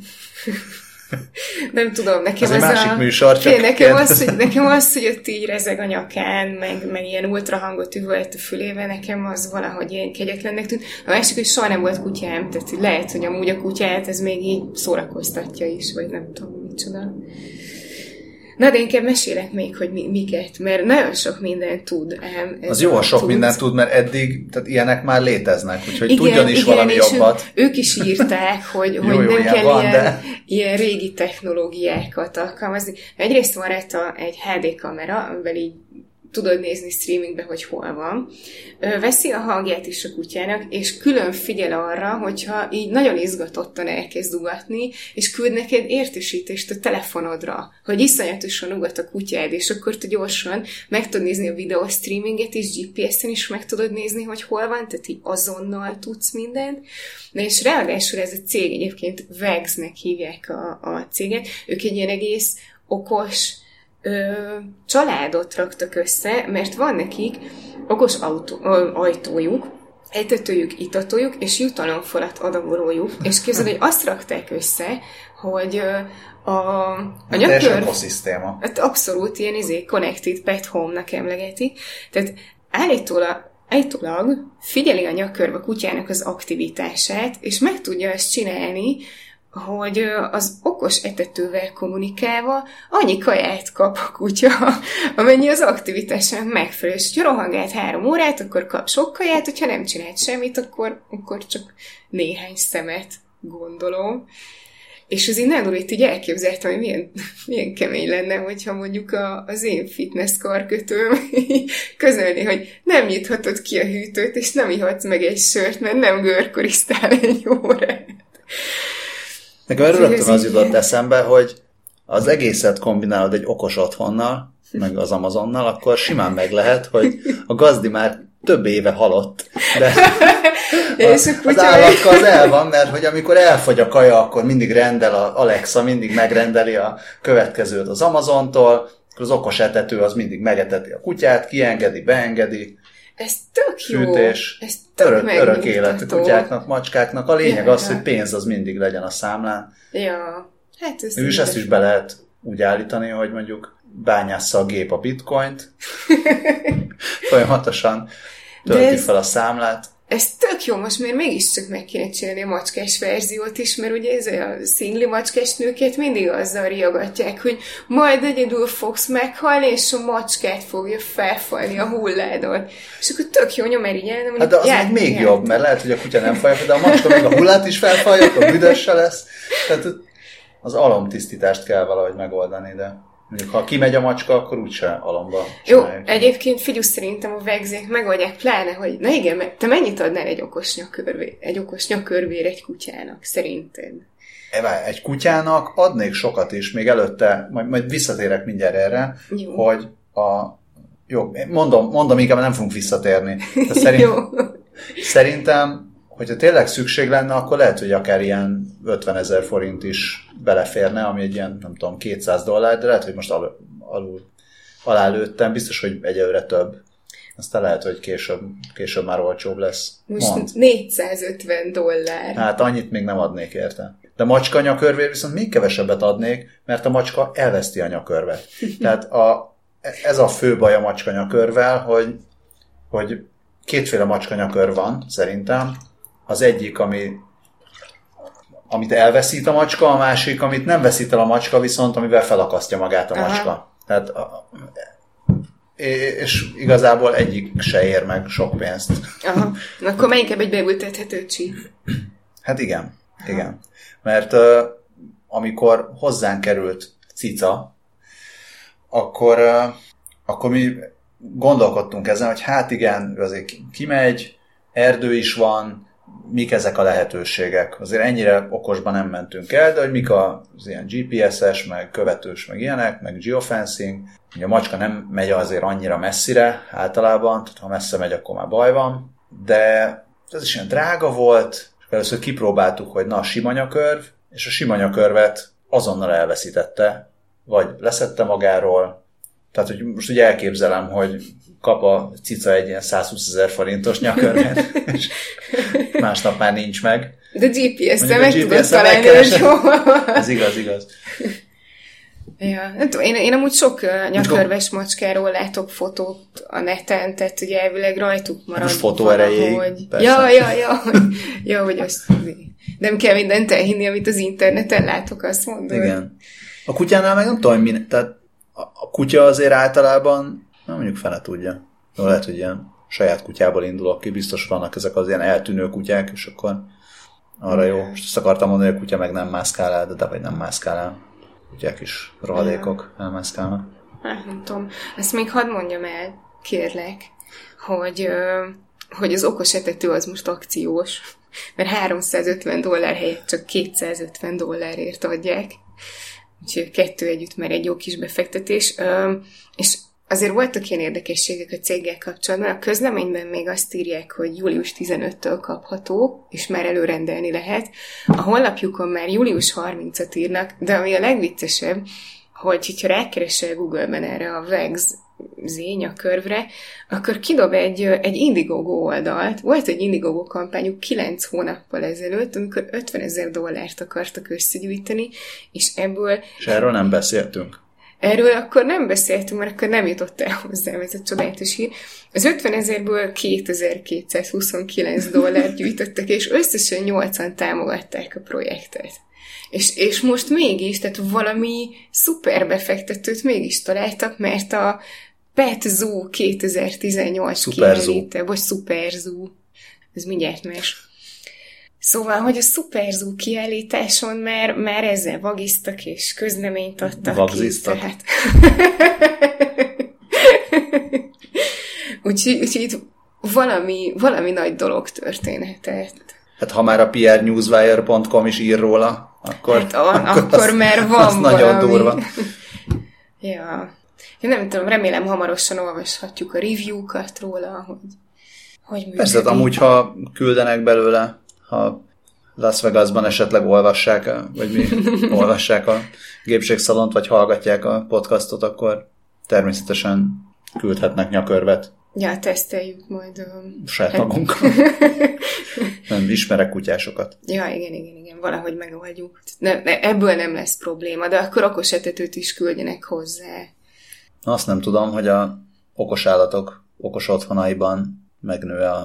Speaker 2: Nem tudom, nekem
Speaker 1: az,
Speaker 2: az
Speaker 1: másik
Speaker 2: a...
Speaker 1: műsor, csak
Speaker 2: nekem, az, hogy, nekem az, hogy ott így rezeg a nyakán, meg, meg ilyen ultrahangot üvölt a fülébe, nekem az valahogy ilyen kegyetlennek tűnt. A másik, hogy soha nem volt kutyám, tehát lehet, hogy amúgy a kutyát ez még így szórakoztatja is, vagy nem tudom, micsoda. Na, de inkább mesélek még, hogy mi, miket, mert nagyon sok mindent tud.
Speaker 1: Az jó, a sok tud. mindent tud, mert eddig, tehát ilyenek már léteznek, úgyhogy
Speaker 2: igen,
Speaker 1: tudjon is
Speaker 2: igen,
Speaker 1: valami jobbat.
Speaker 2: Ő, ők is írták, hogy, jó, hogy jó, nem kell van, ilyen, de... ilyen régi technológiákat alkalmazni. Egyrészt van rajta egy há dé kamera, amivel így tudod nézni streamingbe, hogy hol van. Veszi a hangját is a kutyának, és külön figyel arra, hogyha így nagyon izgatottan elkezd ugatni, és küld neked értesítést a telefonodra, hogy iszonyatosan ugat a kutyád, és akkor te gyorsan meg tudod nézni a videó streaminget, és gé pé es-en is meg tudod nézni, hogy hol van, tehát így azonnal tudsz mindent. Na és ráadásul ez a cég, egyébként Wags-nek hívják a, a céget, ők egy ilyen egész okos Ö, családot raktak össze, mert van nekik okos autó, ö, ajtójuk, etetőjük, itatójuk, és jutalomfalat adagolójuk, és képzeld, hogy azt rakták össze, hogy ö, a, a nyakör...
Speaker 1: ökoszisztéma.
Speaker 2: Hát abszolút ilyen izé, connected pet home-nak emlegetik. Tehát állítólag, állítólag figyeli a nyakörv a kutyának az aktivitását, és meg tudja ezt csinálni, hogy az okos etetővel kommunikálva annyi kaját kap a kutya, amennyi az aktivitásán megfelelő. És ha rohangált három órát, akkor kap sok kaját, hogyha nem csinált semmit, akkor, akkor csak néhány szemet, gondolom. És az én nagyon itt így elképzeltem, hogy milyen, milyen kemény lenne, hogyha mondjuk a, az én fitness karkötőm közölni, hogy nem nyithatod ki a hűtőt, és nem ihatsz meg egy sört, mert nem görkorisztál egy órát.
Speaker 1: Nekem erről rögtön az jutott eszembe, hogy az egészet kombinálod egy okos otthonnal, meg az Amazonnal, akkor simán meg lehet, hogy a gazdi már több éve halott. De a, az állatka az el van, mert hogy amikor elfogy a kaja, akkor mindig rendel a Alexa, mindig megrendeli a következőt az Amazontól, akkor az okos etető az mindig megeteti a kutyát, kiengedi, beengedi.
Speaker 2: Ez tök jó.
Speaker 1: Fűtés.
Speaker 2: Ez tök
Speaker 1: örök, örök élet a kutyáknak, macskáknak. A lényeg
Speaker 2: ja,
Speaker 1: az, hogy pénz az mindig legyen a számlán.
Speaker 2: Ja, hát ez...
Speaker 1: És ezt is be lehet úgy állítani, hogy mondjuk bányássza a gép a bitcoint, folyamatosan tölti ez, fel a számlát.
Speaker 2: ez tök jó, most már mégiscsak meg kéne csinálni a macskás verziót is, mert ugye ez a szingli macskás nőket mindig azzal riogatják, hogy majd egyedül fogsz meghalni, és a macskát fogja felfalni a hulládon. És akkor tök jó nyom erigyelni.
Speaker 1: Hát de az meg még jár. Jobb, mert lehet, hogy a kutya nem falja, de a macska még a hullát is felfalja, akkor büdös se lesz. Tehát az alomtisztítást kell valahogy megoldani, de mondjuk, ha kimegy a macska, akkor úgyse alomba csináljuk.
Speaker 2: Jó, egyébként figyelj, szerintem a vegzék megoldják, pláne, hogy na igen, te mennyit adnál egy okos nyakörvé, egy okos nyakörvér egy kutyának, szerinted?
Speaker 1: Egy kutyának adnék sokat is, még előtte, majd, majd visszatérek mindjárt erre, jó. Hogy a... Jó, mondom, mondom inkább nem fogunk visszatérni. Szerint, jó. Szerintem, hogyha tényleg szükség lenne, akkor lehet, hogy akár ilyen ötvenezer forint is beleférne, ami egy ilyen, nem tudom, kétszáz dollár, de lehet, hogy most alul, alul alálőttem, biztos, hogy egyelőre több. Aztán lehet, hogy később, később már olcsóbb lesz.
Speaker 2: Most Mond. négyszázötven dollár.
Speaker 1: Hát annyit még nem adnék érte. De macska nyakörvér viszont még kevesebbet adnék, mert a macska elveszti a nyakörvet. Tehát a, ez a fő baj a macska nyakörvel, hogy, hogy kétféle macska nyakör van, szerintem. Az egyik, ami, amit elveszít a macska, a másik, amit nem veszít el a macska, viszont amivel felakasztja magát a macska. Aha. Tehát, és igazából egyik se ér meg sok pénzt.
Speaker 2: Aha. Akkor melyikébb egy beültethető csíp?
Speaker 1: Hát igen, Aha. igen. Mert uh, amikor hozzánk került cica, akkor, uh, akkor mi gondolkodtunk ezen, hogy hát igen, azért kimegy, erdő is van, mik ezek a lehetőségek. Azért ennyire okosban nem mentünk el, de hogy mik az ilyen gé pé es-es, meg követős, meg ilyenek, meg geofencing. Ugye a macska nem megy azért annyira messzire általában, tehát ha messze megy, akkor már baj van. De ez is ilyen drága volt, és először kipróbáltuk, hogy na, a sima nyakörv, és a sima nyakörvet azonnal elveszítette, vagy leszette magáról. Tehát, hogy most ugye elképzelem, hogy kap a cica egy ilyen százhúszezer forintos nyakörvet, és másnap már nincs meg.
Speaker 2: De gé pé es-szel meg tudod találni, hogy hol.
Speaker 1: Ez igaz, igaz.
Speaker 2: Ja, én, én amúgy sok uh, nyakörves macskáról látok fotót a neten, tehát ugye elvileg rajtuk marad.
Speaker 1: Most fotó erejéig, persze.
Speaker 2: Ja, ja, ja, hogy, ja, hogy azt nem kell mindent elhinni, amit az interneten látok, azt mondod.
Speaker 1: Igen. A kutyánál meg nem tudom, hogy mi, tehát a kutya azért általában, nem mondjuk fele tudja. Jó, lehet, hogy ilyen saját kutyából indulok ki, biztos vannak ezek az ilyen eltűnő kutyák, és akkor arra jó. Most azt akartam mondani, hogy a kutya meg nem mászkál el, de, de vagy nem mászkál el. Kutyák is rohadékok elmászkálnak.
Speaker 2: Hát nem tudom. Ezt még hadd mondjam el, kérlek, hogy, hogy az okos etető az most akciós, mert háromszázötven dollár helyett csak kétszázötven dollárért adják. Úgyhogy kettő együtt már egy jó kis befektetés. És azért voltak ilyen érdekességek a céggel kapcsolatban. A közleményben még azt írják, hogy július tizenötödikétől kapható, és már előrendelni lehet. A honlapjukon már július harmincadikáig írnak, de ami a legviccesebb, hogy ha rákeresel Google-ben erre a Vegs zényakörvre, akkor kidob egy, egy Indiegogo oldalt. Volt egy Indiegogo kampányuk kilenc hónappal ezelőtt, amikor ötvenezer dollárt akartak összegyűjteni, és ebből...
Speaker 1: És erről nem beszéltünk.
Speaker 2: Erről akkor nem beszéltünk, mert akkor nem jutott el hozzám ez a csodálatos hír. Az ötvenezerből kétezer-kétszázhuszonkilenc dollárt gyűjtöttek, és összesen nyolcan támogatták a projektet. És, és most mégis, tehát valami szuper befektetőt mégis találtak, mert a Pet Zoo kétezer-tizennyolc kiállítása, vagy Super Zoo, ez mindjárt más. Szóval, hogy a Super Zoo kiállításon már, már ezzel vagiztak és közleményt adtak
Speaker 1: Vagziztak.
Speaker 2: ki. Tehát... úgyhogy, úgyhogy itt valami, valami nagy dolog történhetett.
Speaker 1: Hát ha már a pé er newswire pont com is ír róla, akkor,
Speaker 2: hát a,
Speaker 1: akkor,
Speaker 2: akkor az, már van
Speaker 1: az
Speaker 2: valami.
Speaker 1: Nagyon durva.
Speaker 2: Ja. Én nem tudom, remélem hamarosan olvashatjuk a review-kat róla, hogy, hogy működik.
Speaker 1: Persze, amúgy, ha küldenek belőle, ha Las Vegasban esetleg olvassák, vagy mi olvassák a gépségszalont, vagy hallgatják a podcastot, akkor természetesen küldhetnek nyakörvet.
Speaker 2: Ja, teszteljük majd. Um,
Speaker 1: Saját magunkkal. Nem, ismerek kutyásokat.
Speaker 2: Ja, igen, igen, igen, valahogy megoldjuk. Ne, ne, ebből nem lesz probléma, de akkor okos etetőt is küldjenek hozzá.
Speaker 1: Azt nem tudom, hogy a okos állatok okos otthonaiban megnő a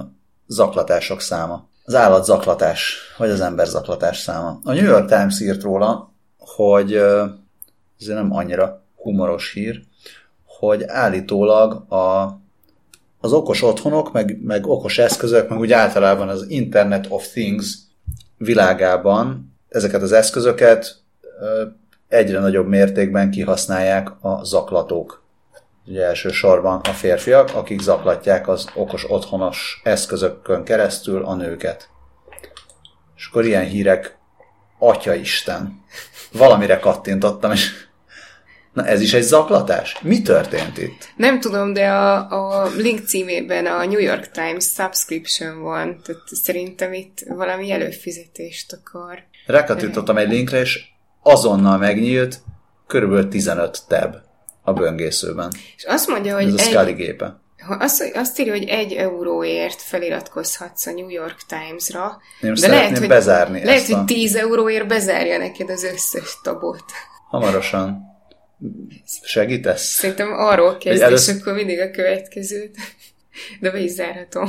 Speaker 1: zaklatások száma. Az állatzaklatás, vagy az emberzaklatás száma. A New York Times írt róla, hogy ez nem annyira humoros hír, hogy állítólag a, az okos otthonok, meg, meg okos eszközök, meg úgy általában az Internet of Things világában ezeket az eszközöket egyre nagyobb mértékben kihasználják a zaklatók. Ugye elsősorban a férfiak, akik zaklatják az okos otthonos eszközökön keresztül a nőket. És akkor ilyen hírek, atyaisten. Valamire kattintottam, és na ez is egy zaklatás? Mi történt itt?
Speaker 2: Nem tudom, de a, a link címében a New York Times subscription van, tehát szerintem itt valami előfizetést akar.
Speaker 1: Rákattintottam egy linkre, és azonnal megnyílt körülbelül tizenöt tab a böngészőben.
Speaker 2: És azt mondja, hogy
Speaker 1: ez a Scully gépe.
Speaker 2: Azt, azt írja, hogy egy euróért feliratkozhatsz a New York Times-ra.
Speaker 1: Én de lehet, hogy, bezárni
Speaker 2: lehet,
Speaker 1: ezt a...
Speaker 2: hogy tíz euróért bezárja neked az összes tabot.
Speaker 1: Hamarosan. Segítesz?
Speaker 2: Szerintem arról kezd, elősz... és akkor mindig a következőt. De be is zárhatom.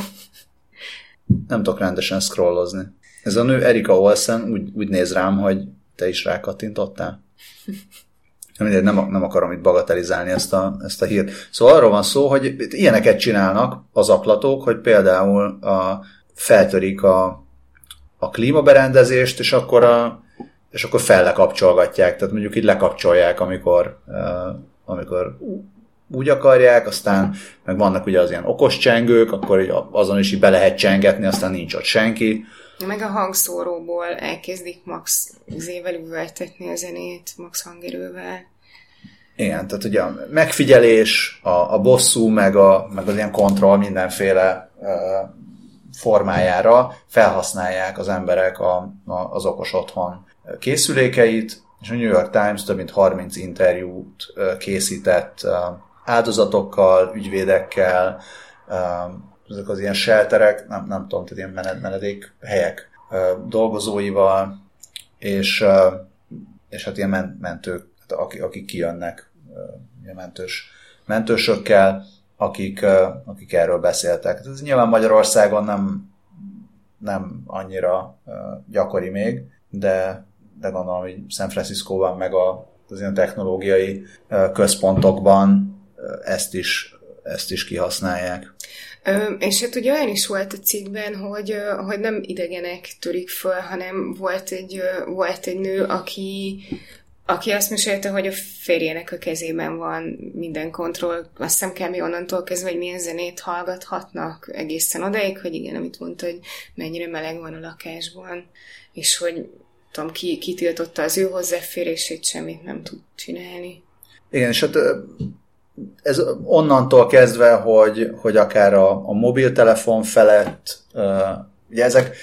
Speaker 1: Nem tudok rendesen scrollozni. Ez a nő Erika Olsen úgy, úgy néz rám, hogy te is rákattintottál. Nem, nem akarom itt bagatelizálni ezt a, ezt a hírt. Szóval arról van szó, hogy ilyeneket csinálnak az zaklatók, hogy például a, feltörik a, a klímaberendezést, és akkor, a, és akkor fellekapcsolgatják. Tehát mondjuk így lekapcsolják, amikor, uh, amikor úgy akarják, aztán meg vannak ugye az ilyen okos csengők, akkor azon is így be lehet csengetni, aztán nincs ott senki.
Speaker 2: Meg a hangszóróból elkezdik max zével üvöltetni a zenét, max hangerővel.
Speaker 1: Igen, tehát ugye a megfigyelés, a, a bosszú, meg, a, meg az ilyen kontroll mindenféle uh, formájára felhasználják az emberek a, a, az okos otthon készülékeit, és a New York Times több mint harminc interjút uh, készített uh, áldozatokkal, ügyvédekkel, uh, ezek az ilyen shelterek, nem, nem tudom, tehát ilyen menedékhelyek dolgozóival, és, és hát ilyen mentők, akik, akik kijönnek, ilyen mentős, mentősökkel, akik, akik erről beszéltek. Ez nyilván Magyarországon nem, nem annyira gyakori még, de, de gondolom, hogy San Franciscóban meg a, az ilyen technológiai központokban ezt is, ezt is kihasználják.
Speaker 2: Ö, és hát ugye olyan is volt a cikkben, hogy, hogy nem idegenek törik föl, hanem volt egy, volt egy nő, aki, aki azt mesélte, hogy a férjének a kezében van minden kontroll, azt hiszem kell mi onnantól kezdve, hogy milyen zenét hallgathatnak egészen odaig, hogy igen, amit mondta, hogy mennyire meleg van a lakásban, és hogy tudom, ki, kitiltotta az ő hozzáférését, semmit nem tud csinálni.
Speaker 1: Igen, és hát ez onnantól kezdve, hogy, hogy akár a, a mobiltelefon felett, uh, ugye ezek,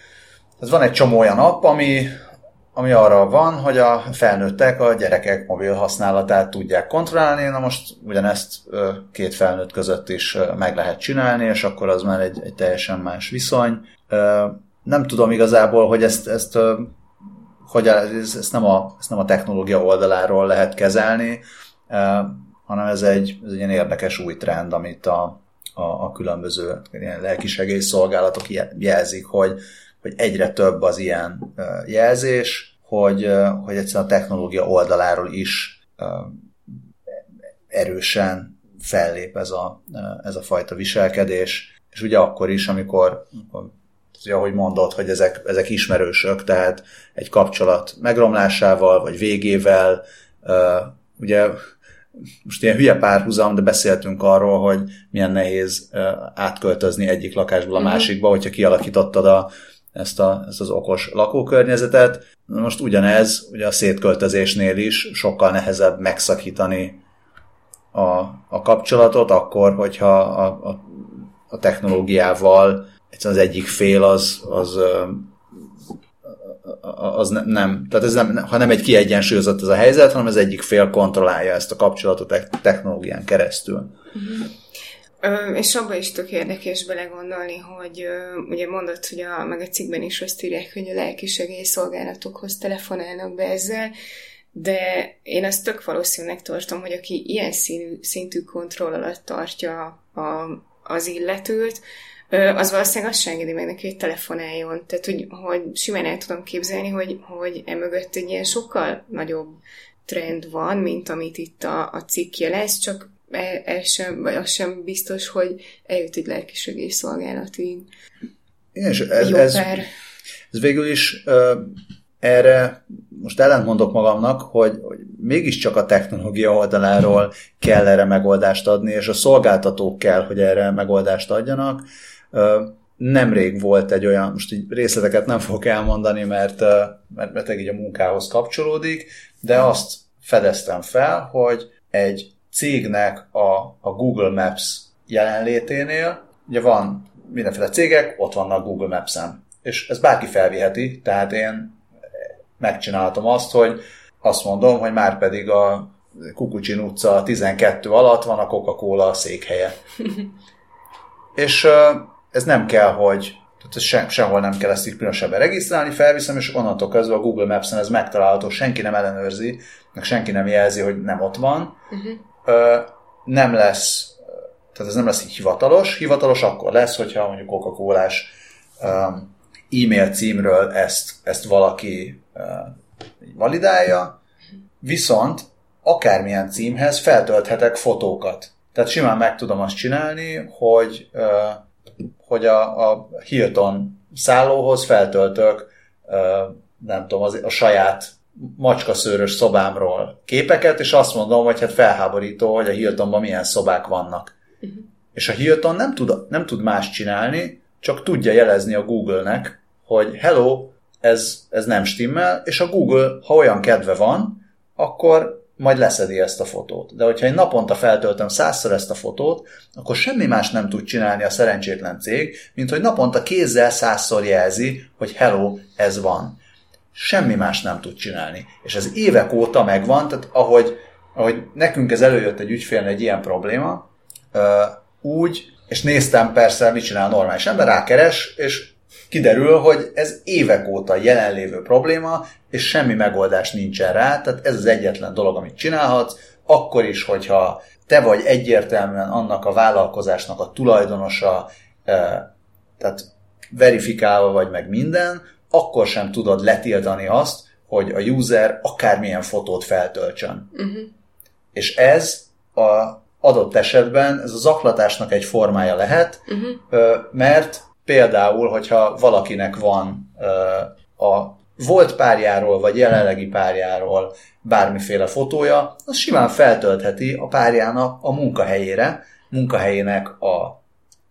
Speaker 1: ez van egy csomó olyan app, ami, ami arra van, hogy a felnőttek a gyerekek mobil használatát tudják kontrollálni, na most ugyanezt uh, két felnőtt között is uh, meg lehet csinálni, és akkor az már egy, egy teljesen más viszony. Uh, nem tudom igazából, hogy ezt, ezt, uh, hogy ezt, ezt, nem a, ezt nem a technológia oldaláról lehet kezelni, uh, hanem ez egy, ez egy ilyen érdekes új trend, amit a, a, a különböző ilyen lelkisegélyszolgálatok jelzik, hogy, hogy egyre több az ilyen jelzés, hogy, hogy egyszerűen a technológia oldaláról is erősen fellép ez a, ez a fajta viselkedés, és ugye akkor is, amikor, amikor ahogy mondod, hogy ezek, ezek ismerősök, tehát egy kapcsolat megromlásával, vagy végével, ugye most ilyen hülye párhuzam, de beszéltünk arról, hogy milyen nehéz uh, átköltözni egyik lakásból a másikba, hogyha kialakítottad a, ezt, a, ezt az okos lakókörnyezetet. Most ugyanez, ugye a szétköltözésnél is sokkal nehezebb megszakítani a, a kapcsolatot, akkor, hogyha a, a, a technológiával egyszerűen az egyik fél az, az az nem, tehát ez nem, ha nem egy kiegyensúlyozott ez a helyzet, hanem az egyik fél kontrollálja ezt a kapcsolatot technológián keresztül.
Speaker 2: Uh-huh. Ö, és abban is tök érdekes belegondolni, hogy ö, ugye mondod, hogy a, meg a cikkben is azt írják, hogy a lelkisegélyszolgálatokhoz telefonálnak be ezzel, de én azt tök valószínűleg tartom, hogy aki ilyen színű, szintű kontroll alatt tartja a, az illetőt, az valószínűleg azt sem engedi meg neki, hogy telefonáljon. Tehát, hogy, hogy simán el tudom képzelni, hogy, hogy emögött egy ilyen sokkal nagyobb trend van, mint amit itt a, a cikk jelez, csak el, el sem, vagy az sem biztos, hogy eljut egy lelkisegély szolgálatig.
Speaker 1: Igen, és ez, ez, ez végül is uh, erre most ellentmondok magamnak, hogy, hogy mégiscsak a technológia oldaláról kell erre megoldást adni, és a szolgáltatók kell, hogy erre megoldást adjanak. Uh, nemrég volt egy olyan, most így részleteket nem fogok elmondani, mert, uh, mert, mert így a munkához kapcsolódik, de azt fedeztem fel, hogy egy cégnek a, a Google Maps jelenléténél, ugye van mindenféle cégek, ott vannak Google Maps-en. És ezt bárki felviheti, tehát én megcsináltam azt, hogy azt mondom, hogy már pedig a Kukucsin utca tizenkettő alatt van a Coca-Cola székhelye. És ez nem kell, hogy tehát ez se, sehol nem kell ezt így különösebben regisztrálni, felviszem, és onnantól kezdve a Google Maps-en ez megtalálható, senki nem ellenőrzi, meg senki nem jelzi, hogy nem ott van. Uh-huh. Nem lesz, tehát ez nem lesz így hivatalos. Hivatalos akkor lesz, hogyha mondjuk Coca-Colás um, e-mail címről ezt, ezt valaki uh, validálja, viszont akármilyen címhez feltölthetek fotókat. Tehát simán meg tudom azt csinálni, hogy, uh, hogy a, a Hilton szállóhoz feltöltök uh, nem tudom, az, a saját macskaszőrös szobámról képeket, és azt mondom, hogy hát felháborító, hogy a Hiltonban milyen szobák vannak. Uh-huh. És a Hilton nem tud, nem tud más csinálni, csak tudja jelezni a Google-nek, hogy hello, ez, ez nem stimmel, és a Google, ha olyan kedve van, akkor majd leszedi ezt a fotót. De hogyha én naponta feltöltöm százszor ezt a fotót, akkor semmi más nem tud csinálni a szerencsétlen cég, mint hogy naponta kézzel százszor jelzi, hogy hello, ez van. Semmi más nem tud csinálni. És ez évek óta megvan, tehát ahogy, ahogy nekünk ez előjött egy ügyfélnél egy ilyen probléma, úgy, és néztem persze, mit csinál normális ember, rákeres, és kiderül, hogy ez évek óta jelenlévő probléma, és semmi megoldás nincsen rá, tehát ez az egyetlen dolog, amit csinálhatsz, akkor is, hogyha te vagy egyértelműen annak a vállalkozásnak a tulajdonosa, tehát verifikálva vagy meg minden, akkor sem tudod letiltani azt, hogy a user akármilyen fotót feltöltsön. Uh-huh. És ez a adott esetben ez a zaklatásnak egy formája lehet, uh-huh. mert például, hogyha valakinek van a volt párjáról, vagy jelenlegi párjáról bármiféle fotója, az simán feltöltheti a párjának a munkahelyére, munkahelyének a,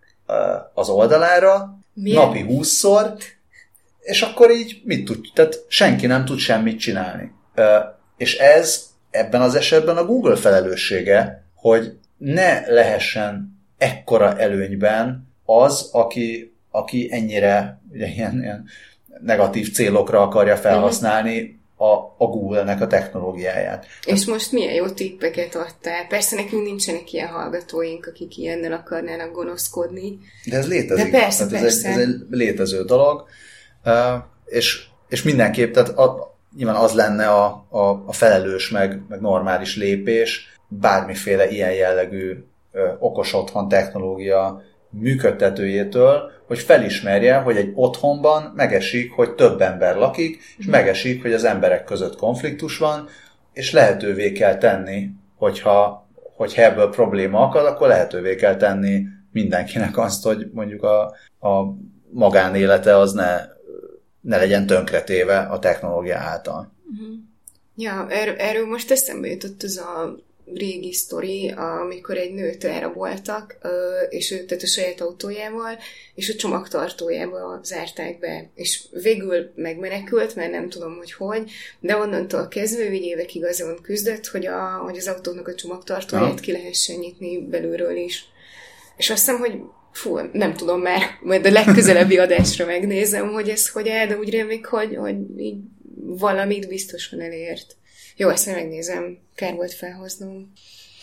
Speaker 1: az oldalára, milyen? Napi húszszor, és akkor így mit tud? Tehát senki nem tud semmit csinálni. És ez ebben az esetben a Google felelőssége, hogy ne lehessen ekkora előnyben az, aki, aki ennyire ugye, ilyen, ilyen negatív célokra akarja felhasználni a, a Google-nek a technológiáját.
Speaker 2: És most milyen jó tippeket adtál. Persze nekünk nincsenek ilyen hallgatóink, akik ilyennel akarnának gonoszkodni.
Speaker 1: De ez létezik.
Speaker 2: De persze,
Speaker 1: tehát
Speaker 2: persze.
Speaker 1: Ez, egy, ez egy létező dolog. Uh, és, és mindenképp, tehát a, nyilván az lenne a, a, a felelős, meg, meg normális lépés bármiféle ilyen jellegű ö, okos otthon technológia működtetőjétől, hogy felismerje, hogy egy otthonban megesik, hogy több ember lakik, és megesik, hogy az emberek között konfliktus van, és lehetővé kell tenni, hogyha, hogyha ebből probléma akad, akkor lehetővé kell tenni mindenkinek azt, hogy mondjuk a, a magánélete az ne, ne legyen tönkretéve a technológia által.
Speaker 2: Uh-huh. Ja, er, erről most eszembe jutott az a régi sztori, amikor egy nőt elraboltak, és ő tett a saját autójával, és a csomagtartójába zárták be. És végül megmenekült, mert nem tudom, hogy hogy, de onnantól kezdve ő így évekig azon küzdött, hogy, a, hogy az autónak a csomagtartóját ha. ki lehessen nyitni belülről is. És azt hiszem, hogy fú, nem tudom már, majd a legközelebbi adásra megnézem, hogy ez hogy áll, de úgy rémlik, hogy, hogy így valamit biztosan elért. Jó, ezt megnézem, kár volt felhoznom.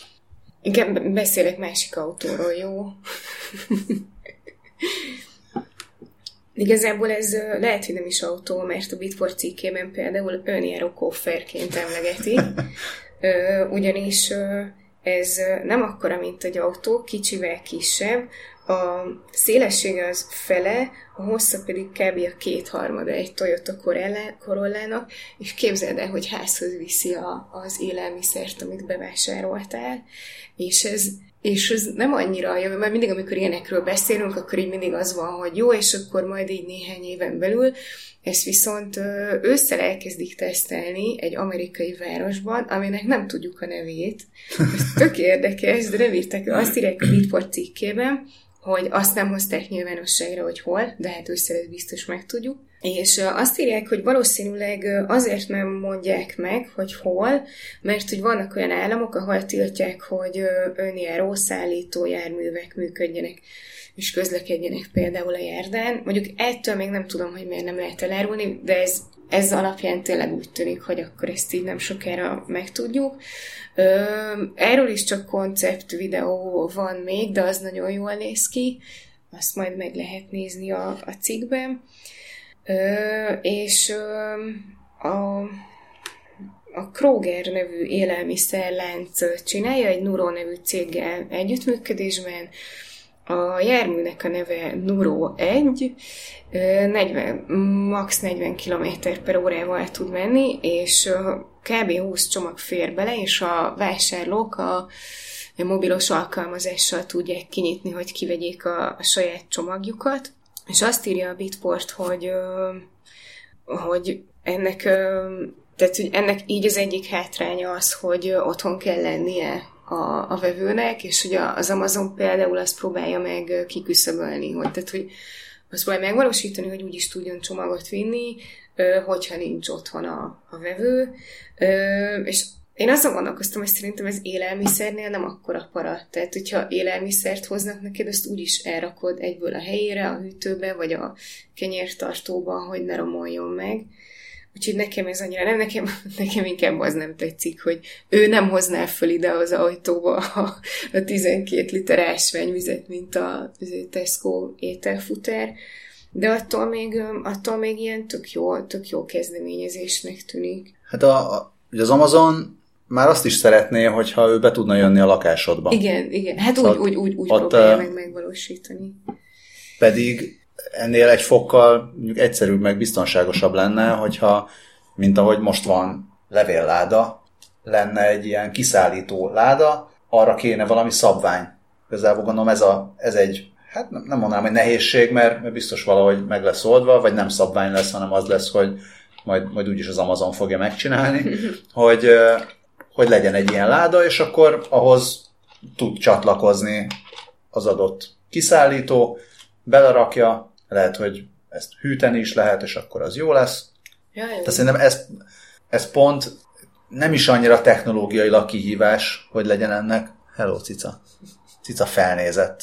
Speaker 2: Inkább beszélek másik autóról, jó? Igazából ez lehet, hogy nem is autó, mert a Bitport cikkében például önjáró kofferként emlegeti. Ugyanis ez nem akkora, mint egy autó, kicsivel kisebb, a szélessége az fele, a hossza pedig kb. A kétharmada egy Toyota Corollának, és képzeld el, hogy házhoz viszi a, az élelmiszert, amit bevásároltál, és ez, és ez nem annyira jó, mert mindig, amikor ilyenekről beszélünk, akkor így mindig az van, hogy jó, és akkor majd így néhány éven belül, ezt viszont ősszel elkezdik tesztelni egy amerikai városban, aminek nem tudjuk a nevét. Ez tök érdekes, de nem írták, azt írják a Bitport cikkében, hogy azt nem hozták nyilvánosságra, hogy hol, de hát ősszel ezt biztos megtudjuk. És azt írják, hogy valószínűleg azért nem mondják meg, hogy hol, mert hogy vannak olyan államok, ahol tiltják, hogy önjáró szállító járművek működjenek és közlekedjenek például a járdán. Mondjuk ettől még nem tudom, hogy miért nem lehet elárulni, de ez, ez alapján tényleg úgy tűnik, hogy akkor ezt így nem sokára megtudjuk. Erről is csak koncept videó van még, de az nagyon jól néz ki. Azt majd meg lehet nézni a, a cikkben. És a, a Kroger nevű élelmiszerlánc csinálja egy Nuro nevű céggel együttműködésben. A járműnek a neve Nuro egy, negyven, max. negyven kilométer per órával tud menni, és kb. húsz csomag fér bele, és a vásárlók a, a mobilos alkalmazással tudják kinyitni, hogy kivegyék a, a saját csomagjukat. És azt írja a Bitport, hogy, hogy ennek, tehát, hogy ennek így az egyik hátránya az, hogy otthon kell lennie a, a vevőnek, és hogy az Amazon például azt próbálja meg kiküszöbölni, hogy, tehát, hogy azt próbálja megvalósítani, hogy úgyis tudjon csomagot vinni, hogyha nincs otthon a, a vevő. És én azon gondolkoztam, hogy szerintem ez élelmiszernél nem akkora para. Tehát, hogyha élelmiszert hoznak neked, azt úgyis elrakod egyből a helyére, a hűtőbe, vagy a kenyértartóba, hogy ne romoljon meg. Úgyhogy nekem ez annyira nem, nekem, nekem inkább az nem tetszik, hogy ő nem hozná föl ide az ajtóba a, a tizenkét liter ásványvizet, mint a Tesco ételfutár, de attól még, attól még ilyen tök jó, tök jó kezdeményezésnek tűnik.
Speaker 1: Hát a, a, az Amazon már azt is szeretné, hogyha ő be tudna jönni a lakásodba.
Speaker 2: Igen, igen. Hát szóval úgy, úgy, úgy, úgy próbálja uh, meg megvalósítani.
Speaker 1: Pedig ennél egy fokkal egyszerűbb, meg biztonságosabb lenne, hogyha, mint ahogy most van levélláda, lenne egy ilyen kiszállító láda, arra kéne valami szabvány. Közelben gondolom ez, a, ez egy, hát nem, nem mondanám, hogy nehézség, mert, mert biztos valahogy meg lesz oldva, vagy nem szabvány lesz, hanem az lesz, hogy majd, majd úgyis az Amazon fogja megcsinálni, hogy, hogy legyen egy ilyen láda, és akkor ahhoz tud csatlakozni az adott kiszállító, belerakja, lehet, hogy ezt hűteni is lehet, és akkor az jó lesz. Tehát szerintem ez, ez pont nem is annyira technológiailag kihívás, hogy legyen ennek. Hello, cica. Cica felnézett.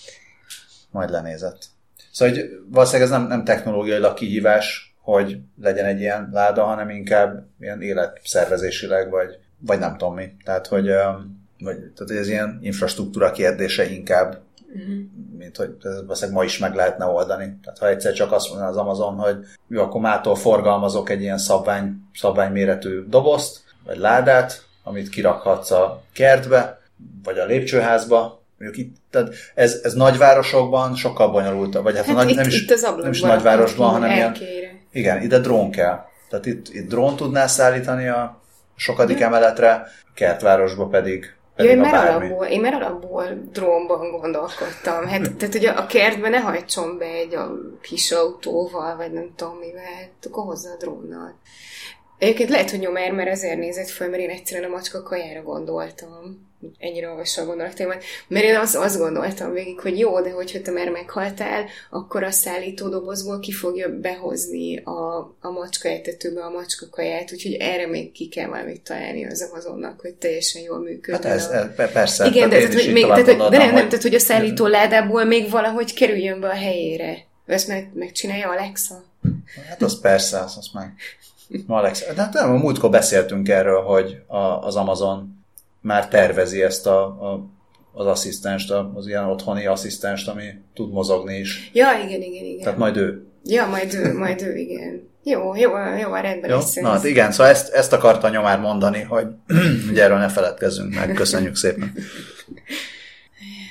Speaker 1: Majd lenézett. Szóval hogy valószínűleg ez nem, nem technológiailag kihívás, hogy legyen egy ilyen láda, hanem inkább ilyen életszervezésileg, vagy, vagy nem tudom mi. Tehát, hogy, vagy, tehát, hogy ez ilyen infrastruktúra kérdése inkább, uh-huh. mint hogy ez ma is meg lehetne oldani. Tehát ha egyszer csak azt mondja az Amazon, hogy jó, akkor mától forgalmazok egy ilyen szabvány, szabványméretű dobozt, vagy ládát, amit kirakhatsz a kertbe, vagy a lépcsőházba. Itt, tehát ez, ez nagyvárosokban sokkal bonyolultabb, vagy hát, hát nagy,
Speaker 2: itt,
Speaker 1: nem, is,
Speaker 2: itt
Speaker 1: nem is nagyvárosban, hanem ilyen... Igen, ide drón kell. Tehát itt, itt drón tudnál szállítani a sokadik emeletre, a kertvárosba pedig
Speaker 2: Jó, én, már alapból, én már alapból drónban gondolkodtam. Hát, tehát, hogy a kertbe ne hajtson be egy a kis autóval, vagy nem tudom mivel, akkor hozzá a drónnal. Egyébként lehet, hogy nyomár, mert azért nézett föl, mert én egyszerűen a macska kajára gondoltam. Ennyire olvassal gondoltam, mert én azt, azt gondoltam végig, hogy jó, de hogyha te már meghaltál, akkor a szállítódobozból ki fogja behozni a, a macska etetőbe a macska kaját, úgyhogy erre még ki kell valamit találni az Amazonnak, hogy teljesen jól működjön.
Speaker 1: Hát ez, ez persze.
Speaker 2: Igen, de, tehát, hogy még, tehát, gondoltam, de nem, nem, tehát, hogy a szállító ládából még valahogy kerüljön be a helyére. Ezt meg, megcsinálja Alexa?
Speaker 1: Hát az persze, az, az meg. Alexa. De hát nem, a múltkor beszéltünk erről, hogy a, az Amazon már tervezi ezt a, a, az asszisztenst, az ilyen otthoni asszisztenst, ami tud mozogni is.
Speaker 2: Ja, igen, igen, igen.
Speaker 1: Tehát majd ő.
Speaker 2: Ja, majd ő, majd ő, igen. Jó, jó, jó, rendben
Speaker 1: jó?
Speaker 2: lesz.
Speaker 1: Na, hát igen, szóval ezt, ezt akarta Nyomár mondani, hogy ugye erről ne feledkezzünk meg. Köszönjük szépen.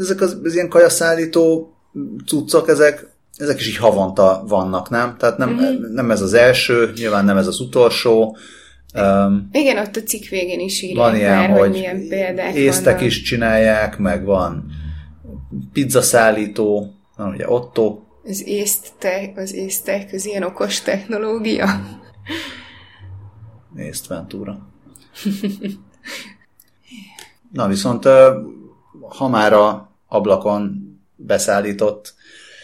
Speaker 1: ezek az, az ilyen kajaszállító cuccok, ezek, ezek is így havonta vannak, nem? Tehát nem, mm-hmm. nem ez az első, nyilván nem ez az utolsó. Um,
Speaker 2: Igen, ott a cikk végén is írják
Speaker 1: van ilyen,
Speaker 2: már,
Speaker 1: hogy,
Speaker 2: hogy milyen példák
Speaker 1: észtek
Speaker 2: vannak.
Speaker 1: is csinálják, meg van pizzaszállító, van ugye Otto.
Speaker 2: Az észtek, az észtek, az ilyen okos technológia.
Speaker 1: Észt Ventura. Na viszont, ha már a ablakon beszállított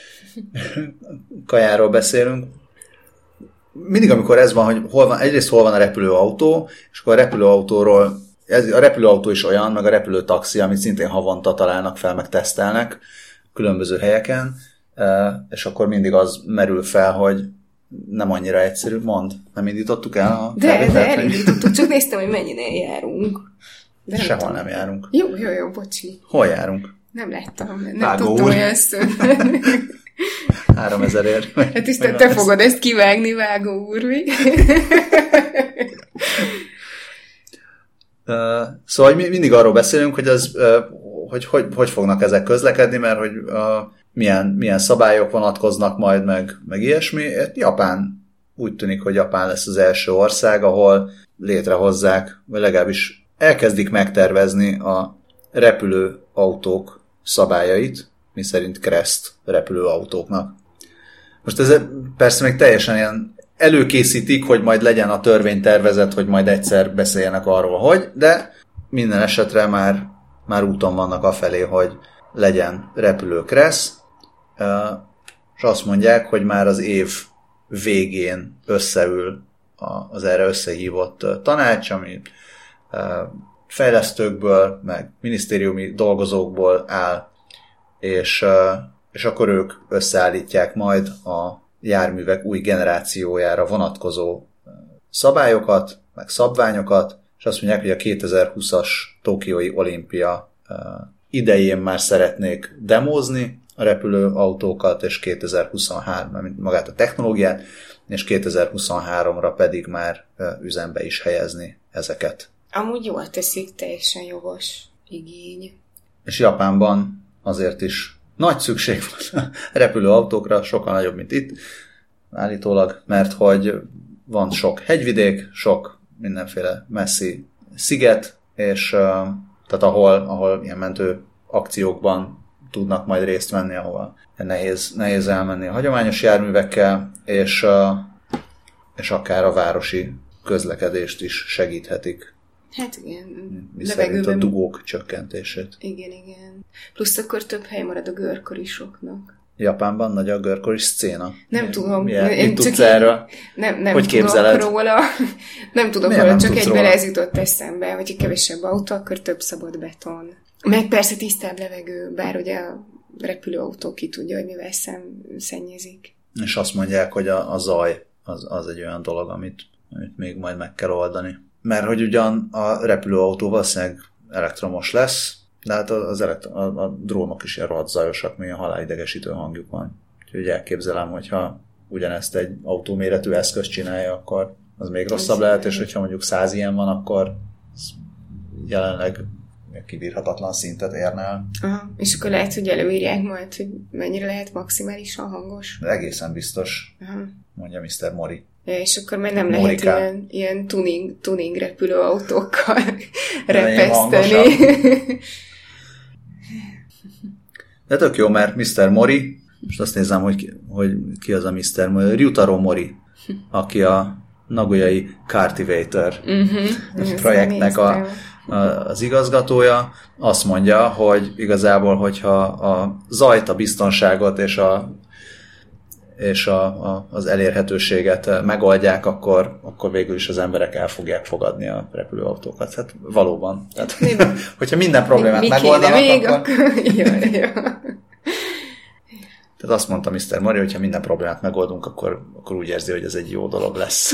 Speaker 1: kajáról beszélünk, mindig, amikor ez van, hogy hol van, egyrészt hol van a repülőautó, és akkor a repülőautóról, ez, a repülőautó is olyan, meg a repülőtaxi, amit szintén havonta találnak fel, meg tesztelnek különböző helyeken, és akkor mindig az merül fel, hogy nem annyira egyszerű, mond. Nem indítottuk el a
Speaker 2: De,
Speaker 1: felvételt,
Speaker 2: de elindítottuk, csak néztem, hogy mennyire járunk. De nem
Speaker 1: Sehol
Speaker 2: tudom.
Speaker 1: nem járunk.
Speaker 2: Jó, jó, jó, bocsi.
Speaker 1: Hol járunk?
Speaker 2: Nem láttam, nem
Speaker 1: Vágó
Speaker 2: tudtam
Speaker 1: úr.
Speaker 2: olyan szőn.
Speaker 1: Háromezerért.
Speaker 2: Hát tisztán, te fogod ezt kivágni, vágó úr, mi?
Speaker 1: Uh, szóval mi mindig arról beszélünk, hogy, az, uh, hogy, hogy hogy fognak ezek közlekedni, mert hogy uh, milyen, milyen szabályok vonatkoznak majd, meg, meg ilyesmi. Japán, úgy tűnik, hogy Japán lesz az első ország, ahol létrehozzák, vagy legalábbis elkezdik megtervezni a repülőautók szabályait, miszerint Crest repülőautóknak. Most ez persze még teljesen ilyen előkészítik, hogy majd legyen a törvénytervezet, hogy majd egyszer beszéljenek arról, hogy, de minden esetre már, már úton vannak afelé, hogy legyen repülő Crest, és azt mondják, hogy már az év végén összeül az erre összehívott tanács, ami fejlesztőkből, meg minisztériumi dolgozókból áll, és, és akkor ők összeállítják majd a járművek új generációjára vonatkozó szabályokat, meg szabványokat, és azt mondják, hogy a kétezer-húszas Tokiói olimpia idején már szeretnék demózni a repülőautókat, és kétezer-huszonhárom, mint magát a technológiát, és kétezer-huszonháromra pedig már üzembe is helyezni ezeket.
Speaker 2: Amúgy jól teszik, teljesen jogos igény.
Speaker 1: És Japánban azért is nagy szükség van a repülőautókra, sokkal nagyobb, mint itt, állítólag, mert hogy van sok hegyvidék, sok mindenféle messzi sziget, és uh, tehát ahol, ahol ilyen mentő akciókban tudnak majd részt venni, ahol nehéz, nehéz elmenni a hagyományos járművekkel, és, uh, és akár a városi közlekedést is segíthetik.
Speaker 2: Hát igen.
Speaker 1: Miszerint a dugók csökkentését.
Speaker 2: Igen, igen. Plusz akkor több hely marad a görkorisoknak.
Speaker 1: Japánban nagy a görkoris szcéna.
Speaker 2: Nem tudom.
Speaker 1: Milyen,
Speaker 2: én
Speaker 1: mit tudsz
Speaker 2: csak
Speaker 1: erről?
Speaker 2: Nem, nem
Speaker 1: hogy
Speaker 2: tudok
Speaker 1: képzeled?
Speaker 2: róla. Nem tudok
Speaker 1: Miért
Speaker 2: róla,
Speaker 1: nem
Speaker 2: csak
Speaker 1: tudsz
Speaker 2: egyből
Speaker 1: róla?
Speaker 2: ez jutott eszembe, hogy kevesebb autó, akkor több szabad beton. Meg persze tisztább levegő, bár ugye a repülőautó ki tudja, hogy mivel szem, szennyezik.
Speaker 1: És azt mondják, hogy a, a zaj az, az egy olyan dolog, amit, amit még majd meg kell oldani. Mert hogy ugyan a repülőautó valószínűleg elektromos lesz, de hát az elektro- a, a drónok is ilyen rohadt zajosak, milyen halálidegesítő hangjuk van. Úgyhogy elképzelem, hogyha ugyanezt egy autóméretű eszköz csinálja, akkor az még rosszabb lehet, és hogyha mondjuk száz ilyen van, akkor jelenleg kibírhatatlan szintet érne el.
Speaker 2: Aha. És akkor lehet, hogy előírják majd, hogy mennyire lehet maximálisan hangos.
Speaker 1: De egészen biztos,
Speaker 2: Aha.
Speaker 1: mondja miszter Mori.
Speaker 2: Ja, és akkor már nem lehet
Speaker 1: Morikán.
Speaker 2: ilyen, ilyen tuning, tuning repülőautókkal
Speaker 1: Legyen
Speaker 2: repeszteni.
Speaker 1: De tök jó, mert miszter Mori, most azt nézem, hogy ki, hogy ki az a miszter Mori, Ryutaro Mori, aki a nagoyai Cartivator
Speaker 2: uh-huh.
Speaker 1: projektnek a, a, az igazgatója, azt mondja, hogy igazából, hogyha a zajt, a biztonságot és a és a, a, az elérhetőséget megoldják, akkor, akkor végül is az emberek el fogják fogadni a repülőautókat. Hát valóban. Tehát, hogyha minden problémát
Speaker 2: mi, mi
Speaker 1: megoldanak,
Speaker 2: még
Speaker 1: akkor...
Speaker 2: jó, jó.
Speaker 1: Tehát azt mondta miszter Mori, hogyha minden problémát megoldunk, akkor, akkor úgy érzi, hogy ez egy jó dolog lesz.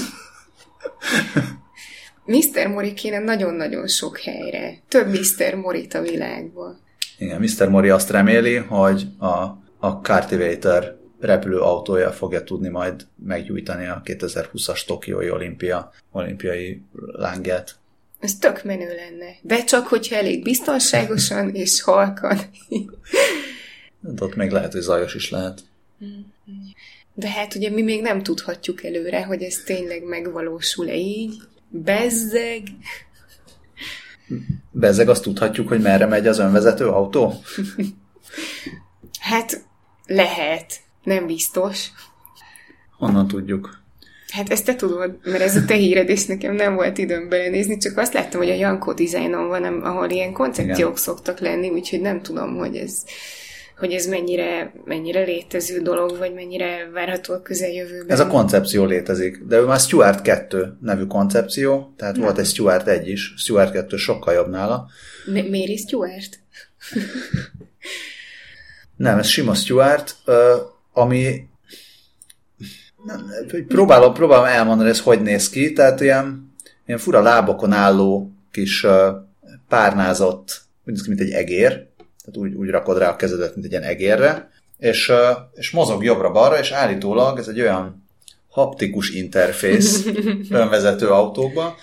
Speaker 2: miszter Mori kéne nagyon-nagyon sok helyre. Több miszter Morit a világban.
Speaker 1: Igen, miszter Mori azt reméli, hogy a, a Cartivator repülőautója fogja tudni majd meggyújtani a kétezer-húszas Tokiói olimpia, olimpiai lángját.
Speaker 2: Ez tök menő lenne. De csak, hogyha elég biztonságosan és halkan.
Speaker 1: De ott még lehet, hogy zajos is lehet.
Speaker 2: De hát ugye mi még nem tudhatjuk előre, hogy ez tényleg megvalósul-e így. Bezzeg.
Speaker 1: Bezzeg, azt tudhatjuk, hogy merre megy az önvezető autó?
Speaker 2: Hát lehet. Nem biztos.
Speaker 1: Honnan tudjuk?
Speaker 2: Hát ezt te tudod, mert ez a te híred, és nekem nem volt időm belenézni, csak azt láttam, hogy a Janko Designon van, ahol ilyen koncepciók igen. szoktak lenni, úgyhogy nem tudom, hogy ez, hogy ez mennyire, mennyire létező dolog, vagy mennyire várható a közeljövőben.
Speaker 1: Ez a koncepció létezik, de ő már Stuart kettő nevű koncepció, tehát nem. Volt egy Stuart egy is, Stuart kettő sokkal jobb nála.
Speaker 2: M- Mary Stuart?
Speaker 1: Nem, ez sima Stuart, ami nem, próbálom, próbálom elmondani, ez hogy néz ki, tehát ilyen, ilyen fura lábokon álló kis párnázott, mint egy egér, tehát úgy, úgy rakod rá a kezedet, mint egy ilyen egérre, és, és mozog jobbra-balra, és állítólag ez egy olyan haptikus interfész önvezető autókban,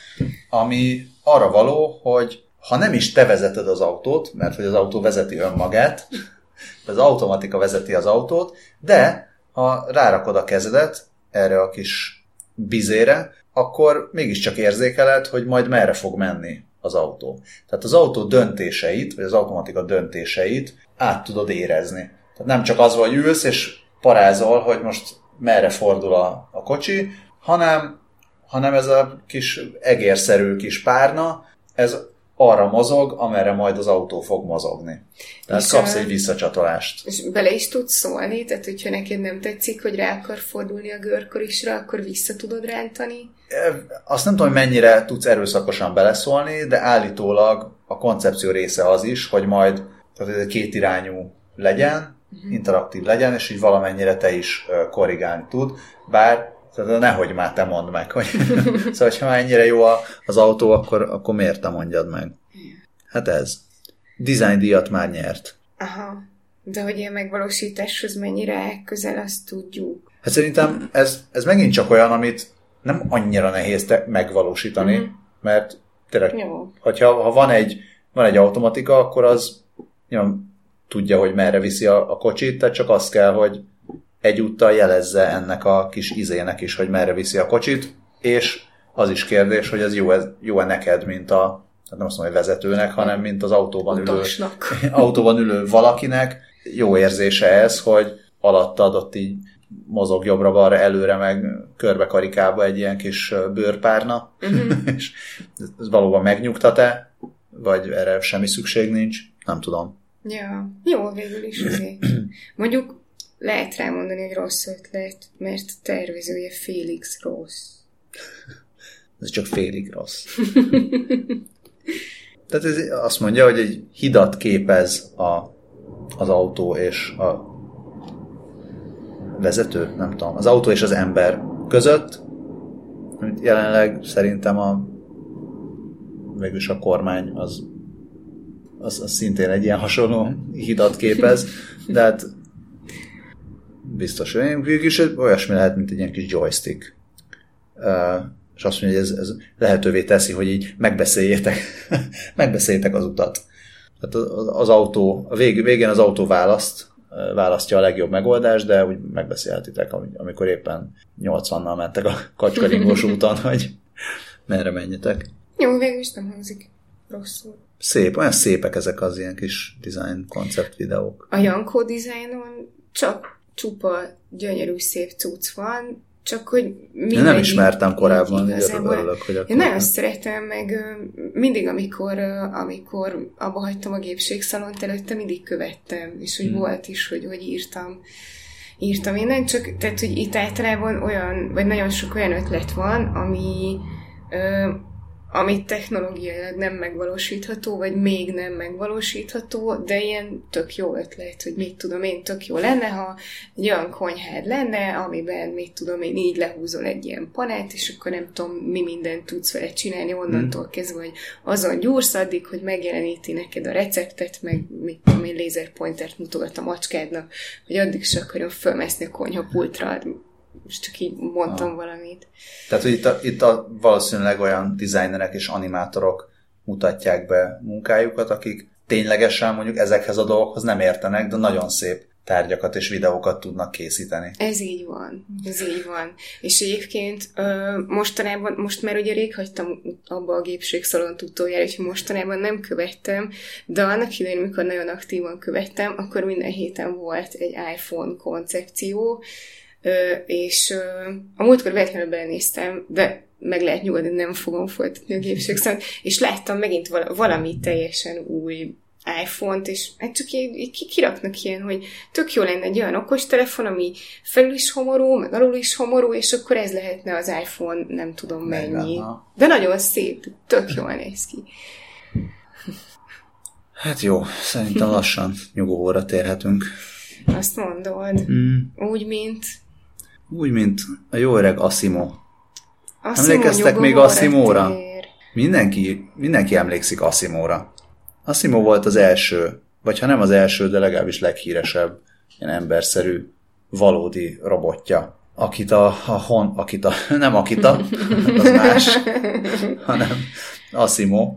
Speaker 1: ami arra való, hogy ha nem is te vezeted az autót, mert hogy az autó vezeti önmagát, az automatika vezeti az autót, de ha rárakod a kezedet erre a kis bizére, akkor mégiscsak érzékeled, hogy majd merre fog menni az autó. Tehát az autó döntéseit, vagy az automatika döntéseit át tudod érezni. Tehát nem csak az, hogy ülsz és parázol, hogy most merre fordul a, a kocsi, hanem, hanem ez a kis egérszerű kis párna, ez arra mozog, amerre majd az autó fog mozogni. Tehát és kapsz a... egy visszacsatolást.
Speaker 2: És bele is tudsz szólni? Tehát, hogyha neked nem tetszik, hogy rá akar fordulni a görkorisra, akkor vissza tudod rántani?
Speaker 1: Azt nem tudom, hogy mennyire tudsz erőszakosan beleszólni, de állítólag a koncepció része az is, hogy majd tehát ez egy kétirányú legyen, uh-huh. interaktív legyen, és így valamennyire te is korrigálni tud. Bár tehát nehogy már te mondd meg, hogy szóval, ha már ennyire jó az autó, akkor, akkor miért te mondjad meg? Hát ez. Design díjat már nyert.
Speaker 2: Aha. De hogy ilyen megvalósításhoz mennyire közel, azt tudjuk.
Speaker 1: Hát szerintem ez, ez megint csak olyan, amit nem annyira nehéz te megvalósítani, mm-hmm. mert tényleg, jó. hogyha ha van egy, van egy automatika, akkor az nyilván tudja, hogy merre viszi a, a kocsit, tehát csak az kell, hogy egyúttal jelezze ennek a kis izének is, hogy merre viszi a kocsit, és az is kérdés, hogy ez jó-e, jó-e neked, mint a, nem azt mondom, hogy vezetőnek, hanem mint az autóban ülő, autóban ülő valakinek. Jó érzése ez, hogy alattad ott így mozog jobbra-balra, előre, meg körbe-karikába egy ilyen kis bőrpárna, uh-huh. és ez valóban megnyugtat-e, vagy erre semmi szükség nincs? Nem tudom.
Speaker 2: Ja, jó, végül is azért. Mondjuk lehet rámondani, hogy rossz ötlet, mert tervezője Félix rossz.
Speaker 1: Ez csak félig rossz. Tehát ez azt mondja, hogy egy hidat képez a, az autó és a vezető, nem tudom, az autó és az ember között, amit jelenleg szerintem a végülis a kormány az, az, az szintén egy ilyen hasonló hidat képez, de hát biztos, hogy végülis olyasmi lehet, mint egy ilyen kis joystick. Uh, és azt mondja, hogy ez, ez lehetővé teszi, hogy így megbeszéljétek, megbeszéljétek az utat. Tehát az, az autó, a vég, végén az autó választ, választja a legjobb megoldást, de úgy megbeszélhetitek, amikor éppen nyolcvannal mentek a kacskaringós úton, hogy merre menjetek.
Speaker 2: Jó, végül is nem hangzik rosszul.
Speaker 1: Szép, olyan szépek ezek az ilyen kis design koncept videók.
Speaker 2: A Janko Designon csak csupa gyönyörű szép cucc van, csak hogy
Speaker 1: én nem ismertem korábban, örülök, hogy
Speaker 2: én nagyon szeretem, meg mindig, amikor, amikor abba hagytam a gépségszalont előtte, mindig követtem, és hogy hmm. volt is, hogy, hogy írtam, írtam innen, csak tehát, hogy itt általában olyan, vagy nagyon sok olyan ötlet van, ami ami technológiailag nem megvalósítható, vagy még nem megvalósítható, de ilyen tök jó ötlet, hogy mit tudom én, tök jó lenne, ha egy olyan konyhád lenne, amiben mit tudom én, így lehúzol egy ilyen panelt, és akkor nem tudom, mi mindent tudsz vele csinálni onnantól hmm. kezdve, hogy azon gyúrsz addig, hogy megjeleníti neked a receptet, meg mit tudom én, lézerpointert mutogat a macskádnak, hogy addig se akarjon fölmeszni a konyhapultra, most csak így mondtam ah. valamit.
Speaker 1: Tehát, hogy itt, a, itt a valószínűleg olyan designerek és animátorok mutatják be munkájukat, akik ténylegesen mondjuk ezekhez a dolgokhoz nem értenek, de nagyon szép tárgyakat és videókat tudnak készíteni.
Speaker 2: Ez így van, ez így van. És egyébként mostanában, most már ugye rég hagytam abba a gépségszalont utoljára, úgyhogy mostanában nem követtem, de annak idején, amikor nagyon aktívan követtem, akkor minden héten volt egy iPhone koncepció, és a múltkor véletlenül belenéztem, de meg lehet nyugodni, nem fogom folytatni a gépségszalont, és láttam megint valami teljesen új iPhone-t, és hát csak így, így kiraknak ilyen, hogy tök jó lenne egy olyan okostelefon, ami felül is homorú, meg alul is homorú, és akkor ez lehetne az iPhone, nem tudom mennyi. Aha. De nagyon szép, tök jól néz ki.
Speaker 1: Hát jó, szerintem lassan nyugovóra térhetünk.
Speaker 2: Azt mondod? Mm. Úgy, mint...
Speaker 1: Úgy, mint a jó öreg Asimo. Asimo. Emlékeztek még Asimóra? Mindenki, mindenki emlékszik Asimóra. Asimo volt az első, vagy ha nem az első, de legalábbis leghíresebb ilyen emberszerű, valódi robotja. Akita, a Hon, Akita, nem Akita, az más, hanem Asimo.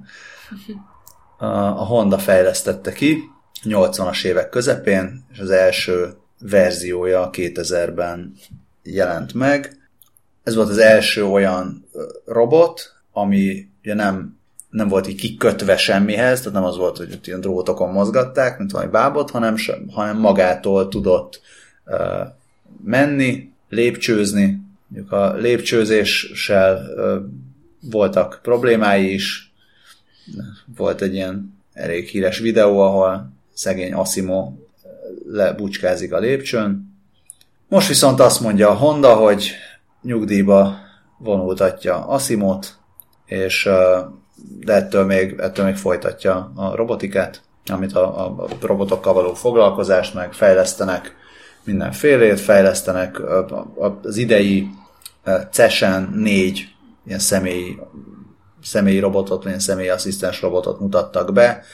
Speaker 1: A Honda fejlesztette ki nyolcvanas évek közepén, és az első verziója kétezerben jelent meg. Ez volt az első olyan robot, ami ugye nem nem volt így kikötve semmihez, tehát nem az volt, hogy ilyen drótokon mozgatták, mint valami bábot, hanem, hanem magától tudott uh, menni, lépcsőzni. Mondjuk a lépcsőzéssel uh, voltak problémái is. Volt egy ilyen elég híres videó, ahol szegény Asimo lebucskázik a lépcsőn. Most viszont azt mondja a Honda, hogy nyugdíjba vonultatja Asimot, és uh, de ettől még, ettől még folytatja a robotikát, amit a, a robotokkal való foglalkozást, meg fejlesztenek mindenfélét, fejlesztenek az idei CES-en négy ilyen személyi, személyi robotot, ilyen személyi asszisztens robotot mutattak be,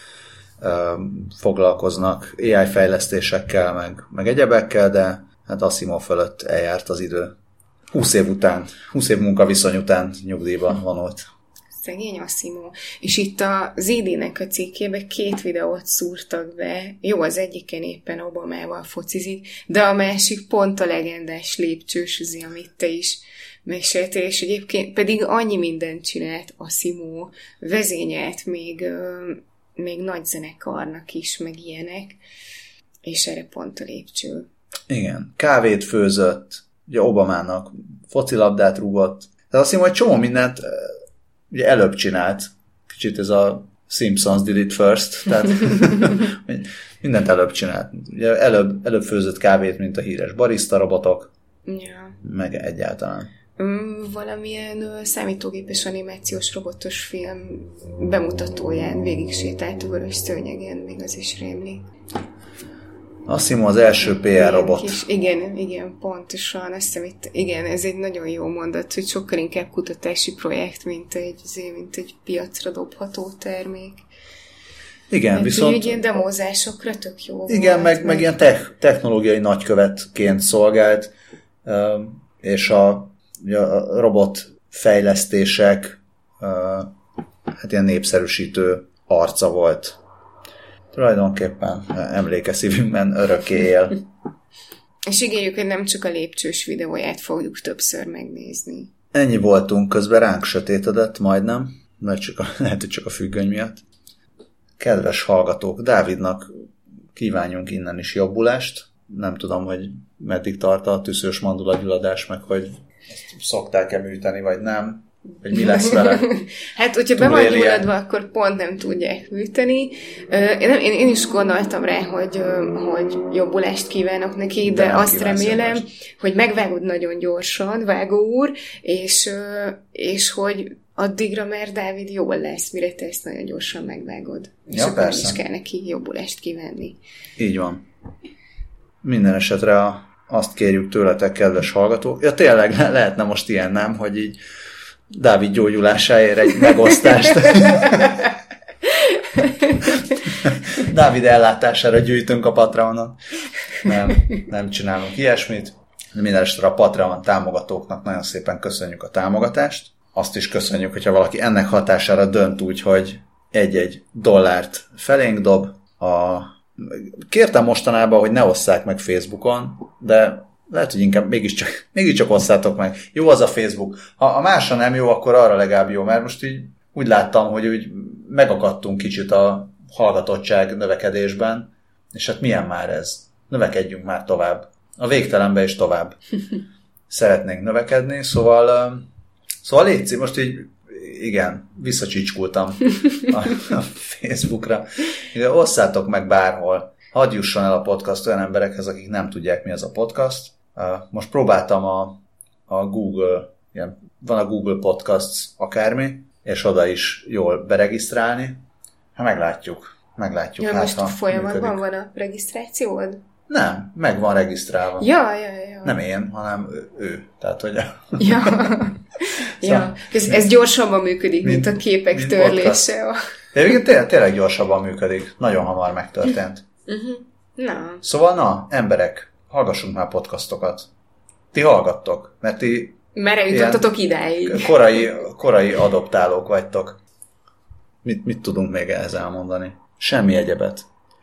Speaker 1: foglalkoznak á i fejlesztésekkel, meg, meg egyebekkel, de hát Asimo fölött eljárt az idő. húsz év után, húsz év munkaviszony után nyugdíjba vonult.
Speaker 2: Szegény Asimo. És itt a zé dé-nek a cikkében két videót szúrtak be. Jó, az egyiken éppen Obamával focizik, de a másik pont a legendás lépcsősüzi, amit te is meséltél, és egyébként pedig annyi mindent csinált Asimo, vezényelt még, még nagy zenekarnak is, meg ilyenek, és erre pont a lépcső.
Speaker 1: Igen, kávét főzött, ugye Obamának focilabdát rúgott, de Asimo egy csomó mindent ugye előbb csinált, kicsit ez a Simpsons did it first, tehát mindent előbb csinált. Ugye előbb, előbb főzött kávét, mint a híres barista robotok,
Speaker 2: ja.
Speaker 1: Meg egyáltalán.
Speaker 2: Mm, valamilyen uh, számítógépes animációs robotos film bemutatóján végig sétált a vörös szőnyegen, még az is rémlik.
Speaker 1: Asimo az első pé er robot.
Speaker 2: Kis, igen, igen, pontosan. Azt hiszem, itt, igen, ez egy nagyon jó mondat, hogy sokkal inkább kutatási projekt, mint egy, mint egy piacra dobható termék.
Speaker 1: Igen,
Speaker 2: mert
Speaker 1: viszont...
Speaker 2: Úgy ilyen demózásokra tök jó
Speaker 1: igen,
Speaker 2: volt.
Speaker 1: meg, meg, meg ilyen te- technológiai nagykövetként szolgált, és a, a robot fejlesztések hát ilyen népszerűsítő arca volt. Tulajdonképpen emléke szívünkben örökké él.
Speaker 2: És ígérjük, hogy nem csak a lépcsős videóját fogjuk többször megnézni.
Speaker 1: Ennyi voltunk, közben ránk sötétedett majdnem, mert csak a, lehet, hogy csak a függöny miatt. Kedves hallgatók, Dávidnak kívánjunk innen is jobbulást. Nem tudom, hogy meddig tart a tüszős mandulagyulladás, meg hogy ezt szokták-e műteni, vagy nem. Hogy mi lesz vele.
Speaker 2: Hát, hogyha be van gyulladva, akkor pont nem tudják műteni. Én, én, én is gondoltam rá, hogy, hogy jobbulást kívánok neki, de, de azt remélem, most. hogy megvágod nagyon gyorsan, vágó úr, és, és hogy addigra már Dávid jól lesz, mire te ezt nagyon gyorsan megvágod. Ja, és akkor is kell neki jobbulást kívánni.
Speaker 1: Így van. Minden esetre a, azt kérjük tőletek, kedves hallgatók. Ja, tényleg le, lehetne most ilyen, nem? Hogy így Dávid gyógyulásáért egy megosztást. Dávid ellátására gyűjtünk a Patreonon. Nem, nem csinálunk ilyesmit. Minden esetre a Patreon támogatóknak nagyon szépen köszönjük a támogatást. Azt is köszönjük, hogyha valaki ennek hatására dönt úgy, hogy egy-egy dollárt felénk dob. A... Kértem mostanában, hogy ne osszák meg Facebookon, de lehet, hogy inkább mégiscsak, mégiscsak osszátok meg. Jó az a Facebook. Ha a másra nem jó, akkor arra legalább jó, mert most így úgy láttam, hogy úgy megakadtunk kicsit a hallgatottság növekedésben, és hát milyen már ez? Növekedjünk már tovább. A végtelenbe is tovább. Szeretnénk növekedni, szóval, szóval létszik, most így igen, visszacsicskultam a, a Facebookra. De osszátok meg bárhol. Hadd jusson el a podcast olyan emberekhez, akik nem tudják, mi az a podcast. Most próbáltam a, a Google, ilyen, van a Google Podcasts akármi, és oda is jól beregisztrálni. Hát meglátjuk. Meglátjuk.
Speaker 2: Ja,
Speaker 1: hát,
Speaker 2: most folyamatban van a regisztrációd?
Speaker 1: Nem, meg van regisztrálva.
Speaker 2: Ja, ja, ja.
Speaker 1: Nem én, hanem ő. ő. Tehát, hogy...
Speaker 2: Ja, ja. Ez, ez gyorsabban működik, mint, mint a képek mint törlése. A...
Speaker 1: Tényleg, tényleg, tényleg gyorsabban működik. Nagyon hamar megtörtént.
Speaker 2: Uh-huh. Na.
Speaker 1: Szóval, na, emberek, hallgassunk már podcastokat. Ti hallgattok, mert ti...
Speaker 2: Mert eljutottatok idáig.
Speaker 1: Korai, korai adoptálók vagytok. Mit, mit tudunk még ehhez elmondani? Semmi egyebet.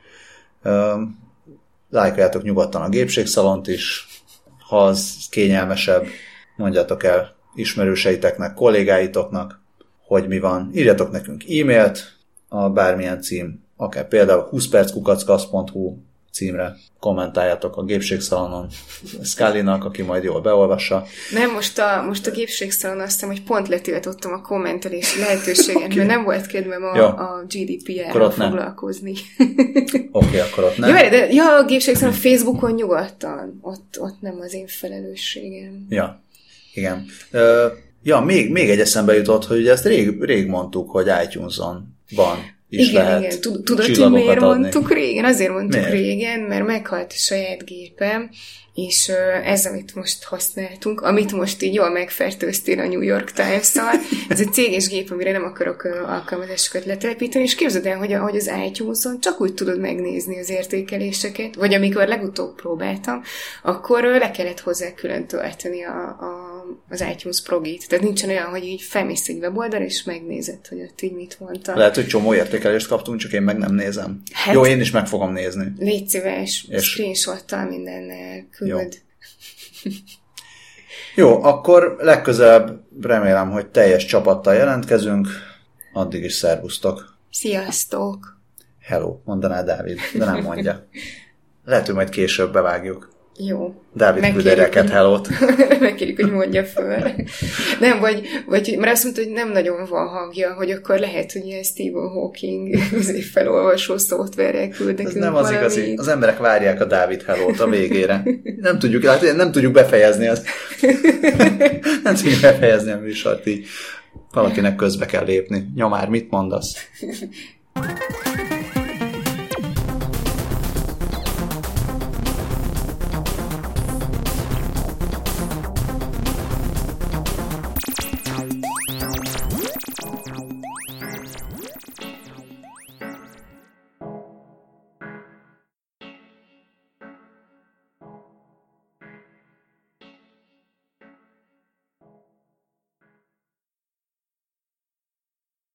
Speaker 1: Um, Lájkoljátok nyugodtan a gépségszalont is, ha az kényelmesebb, mondjátok el ismerőseiteknek, kollégáitoknak, hogy mi van. Írjatok nekünk e-mailt, a bármilyen cím, akár például húsz perc kukac kasz pont hu címre kommentáljátok a gépségszalonon Scullynak, aki majd jól beolvassa.
Speaker 2: Nem, most a, most a gépségszalon azt hiszem, hogy pont letiltottam a kommentelési lehetőséget, okay. Mert nem volt kedvem a, a gé dé pé er-rel foglalkozni.
Speaker 1: Oké, okay, akkor ott nem.
Speaker 2: Ja, de ja, a gépségszalon Facebookon nyugodtan. Ott, ott nem az én felelősségem.
Speaker 1: Ja, igen. Uh, ja, még, még egy eszembe jutott, hogy ugye ezt rég, rég mondtuk, hogy iTunes-on van. Is
Speaker 2: igen,
Speaker 1: lehet
Speaker 2: igen. Tudod, hogy miért
Speaker 1: adni.
Speaker 2: mondtuk régen? Azért mondtuk
Speaker 1: miért? régen,
Speaker 2: mert meghalt a saját gépem, és ez, amit most használtunk, amit most így jól megfertőztél a New York Times-szal, ez egy céges gép, amire nem akarok alkalmazásokat letelepíteni, és képzeld el, hogy, hogy az iTunes-on csak úgy tudod megnézni az értékeléseket, vagy amikor legutóbb próbáltam, akkor le kellett hozzá külön tölteni a, a az iTunes progit. Tehát nincsen olyan, hogy így felmész egy weboldal, és megnézed, hogy ott így mit mondta.
Speaker 1: Lehet, hogy csomó értékelést kaptunk, csak én meg nem nézem. Hát, jó, én is meg fogom nézni.
Speaker 2: Légy szíves, és... screenshottal mindennel küld.
Speaker 1: Jó. Jó, akkor legközelebb remélem, hogy teljes csapattal jelentkezünk. Addig is szervusztok.
Speaker 2: Sziasztok!
Speaker 1: Hello, mondaná Dávid, de nem mondja. Lehet, hogy majd később bevágjuk.
Speaker 2: Jó.
Speaker 1: Dávid küld egy reket hellót.
Speaker 2: Megkérjük, hogy mondja föl. Nem, vagy, vagy, mert azt mondta, hogy nem nagyon van hangja, hogy akkor lehet, hogy ilyen Stephen Hawking felolvasó szoftverrel küld nekünk.
Speaker 1: Ez nem az igazi. Az emberek várják a Dávid hellót a végére. Nem tudjuk, nem tudjuk befejezni azt. Nem tudjuk befejezni a műsort így. Valakinek közbe kell lépni. Nyomár, mit mondasz?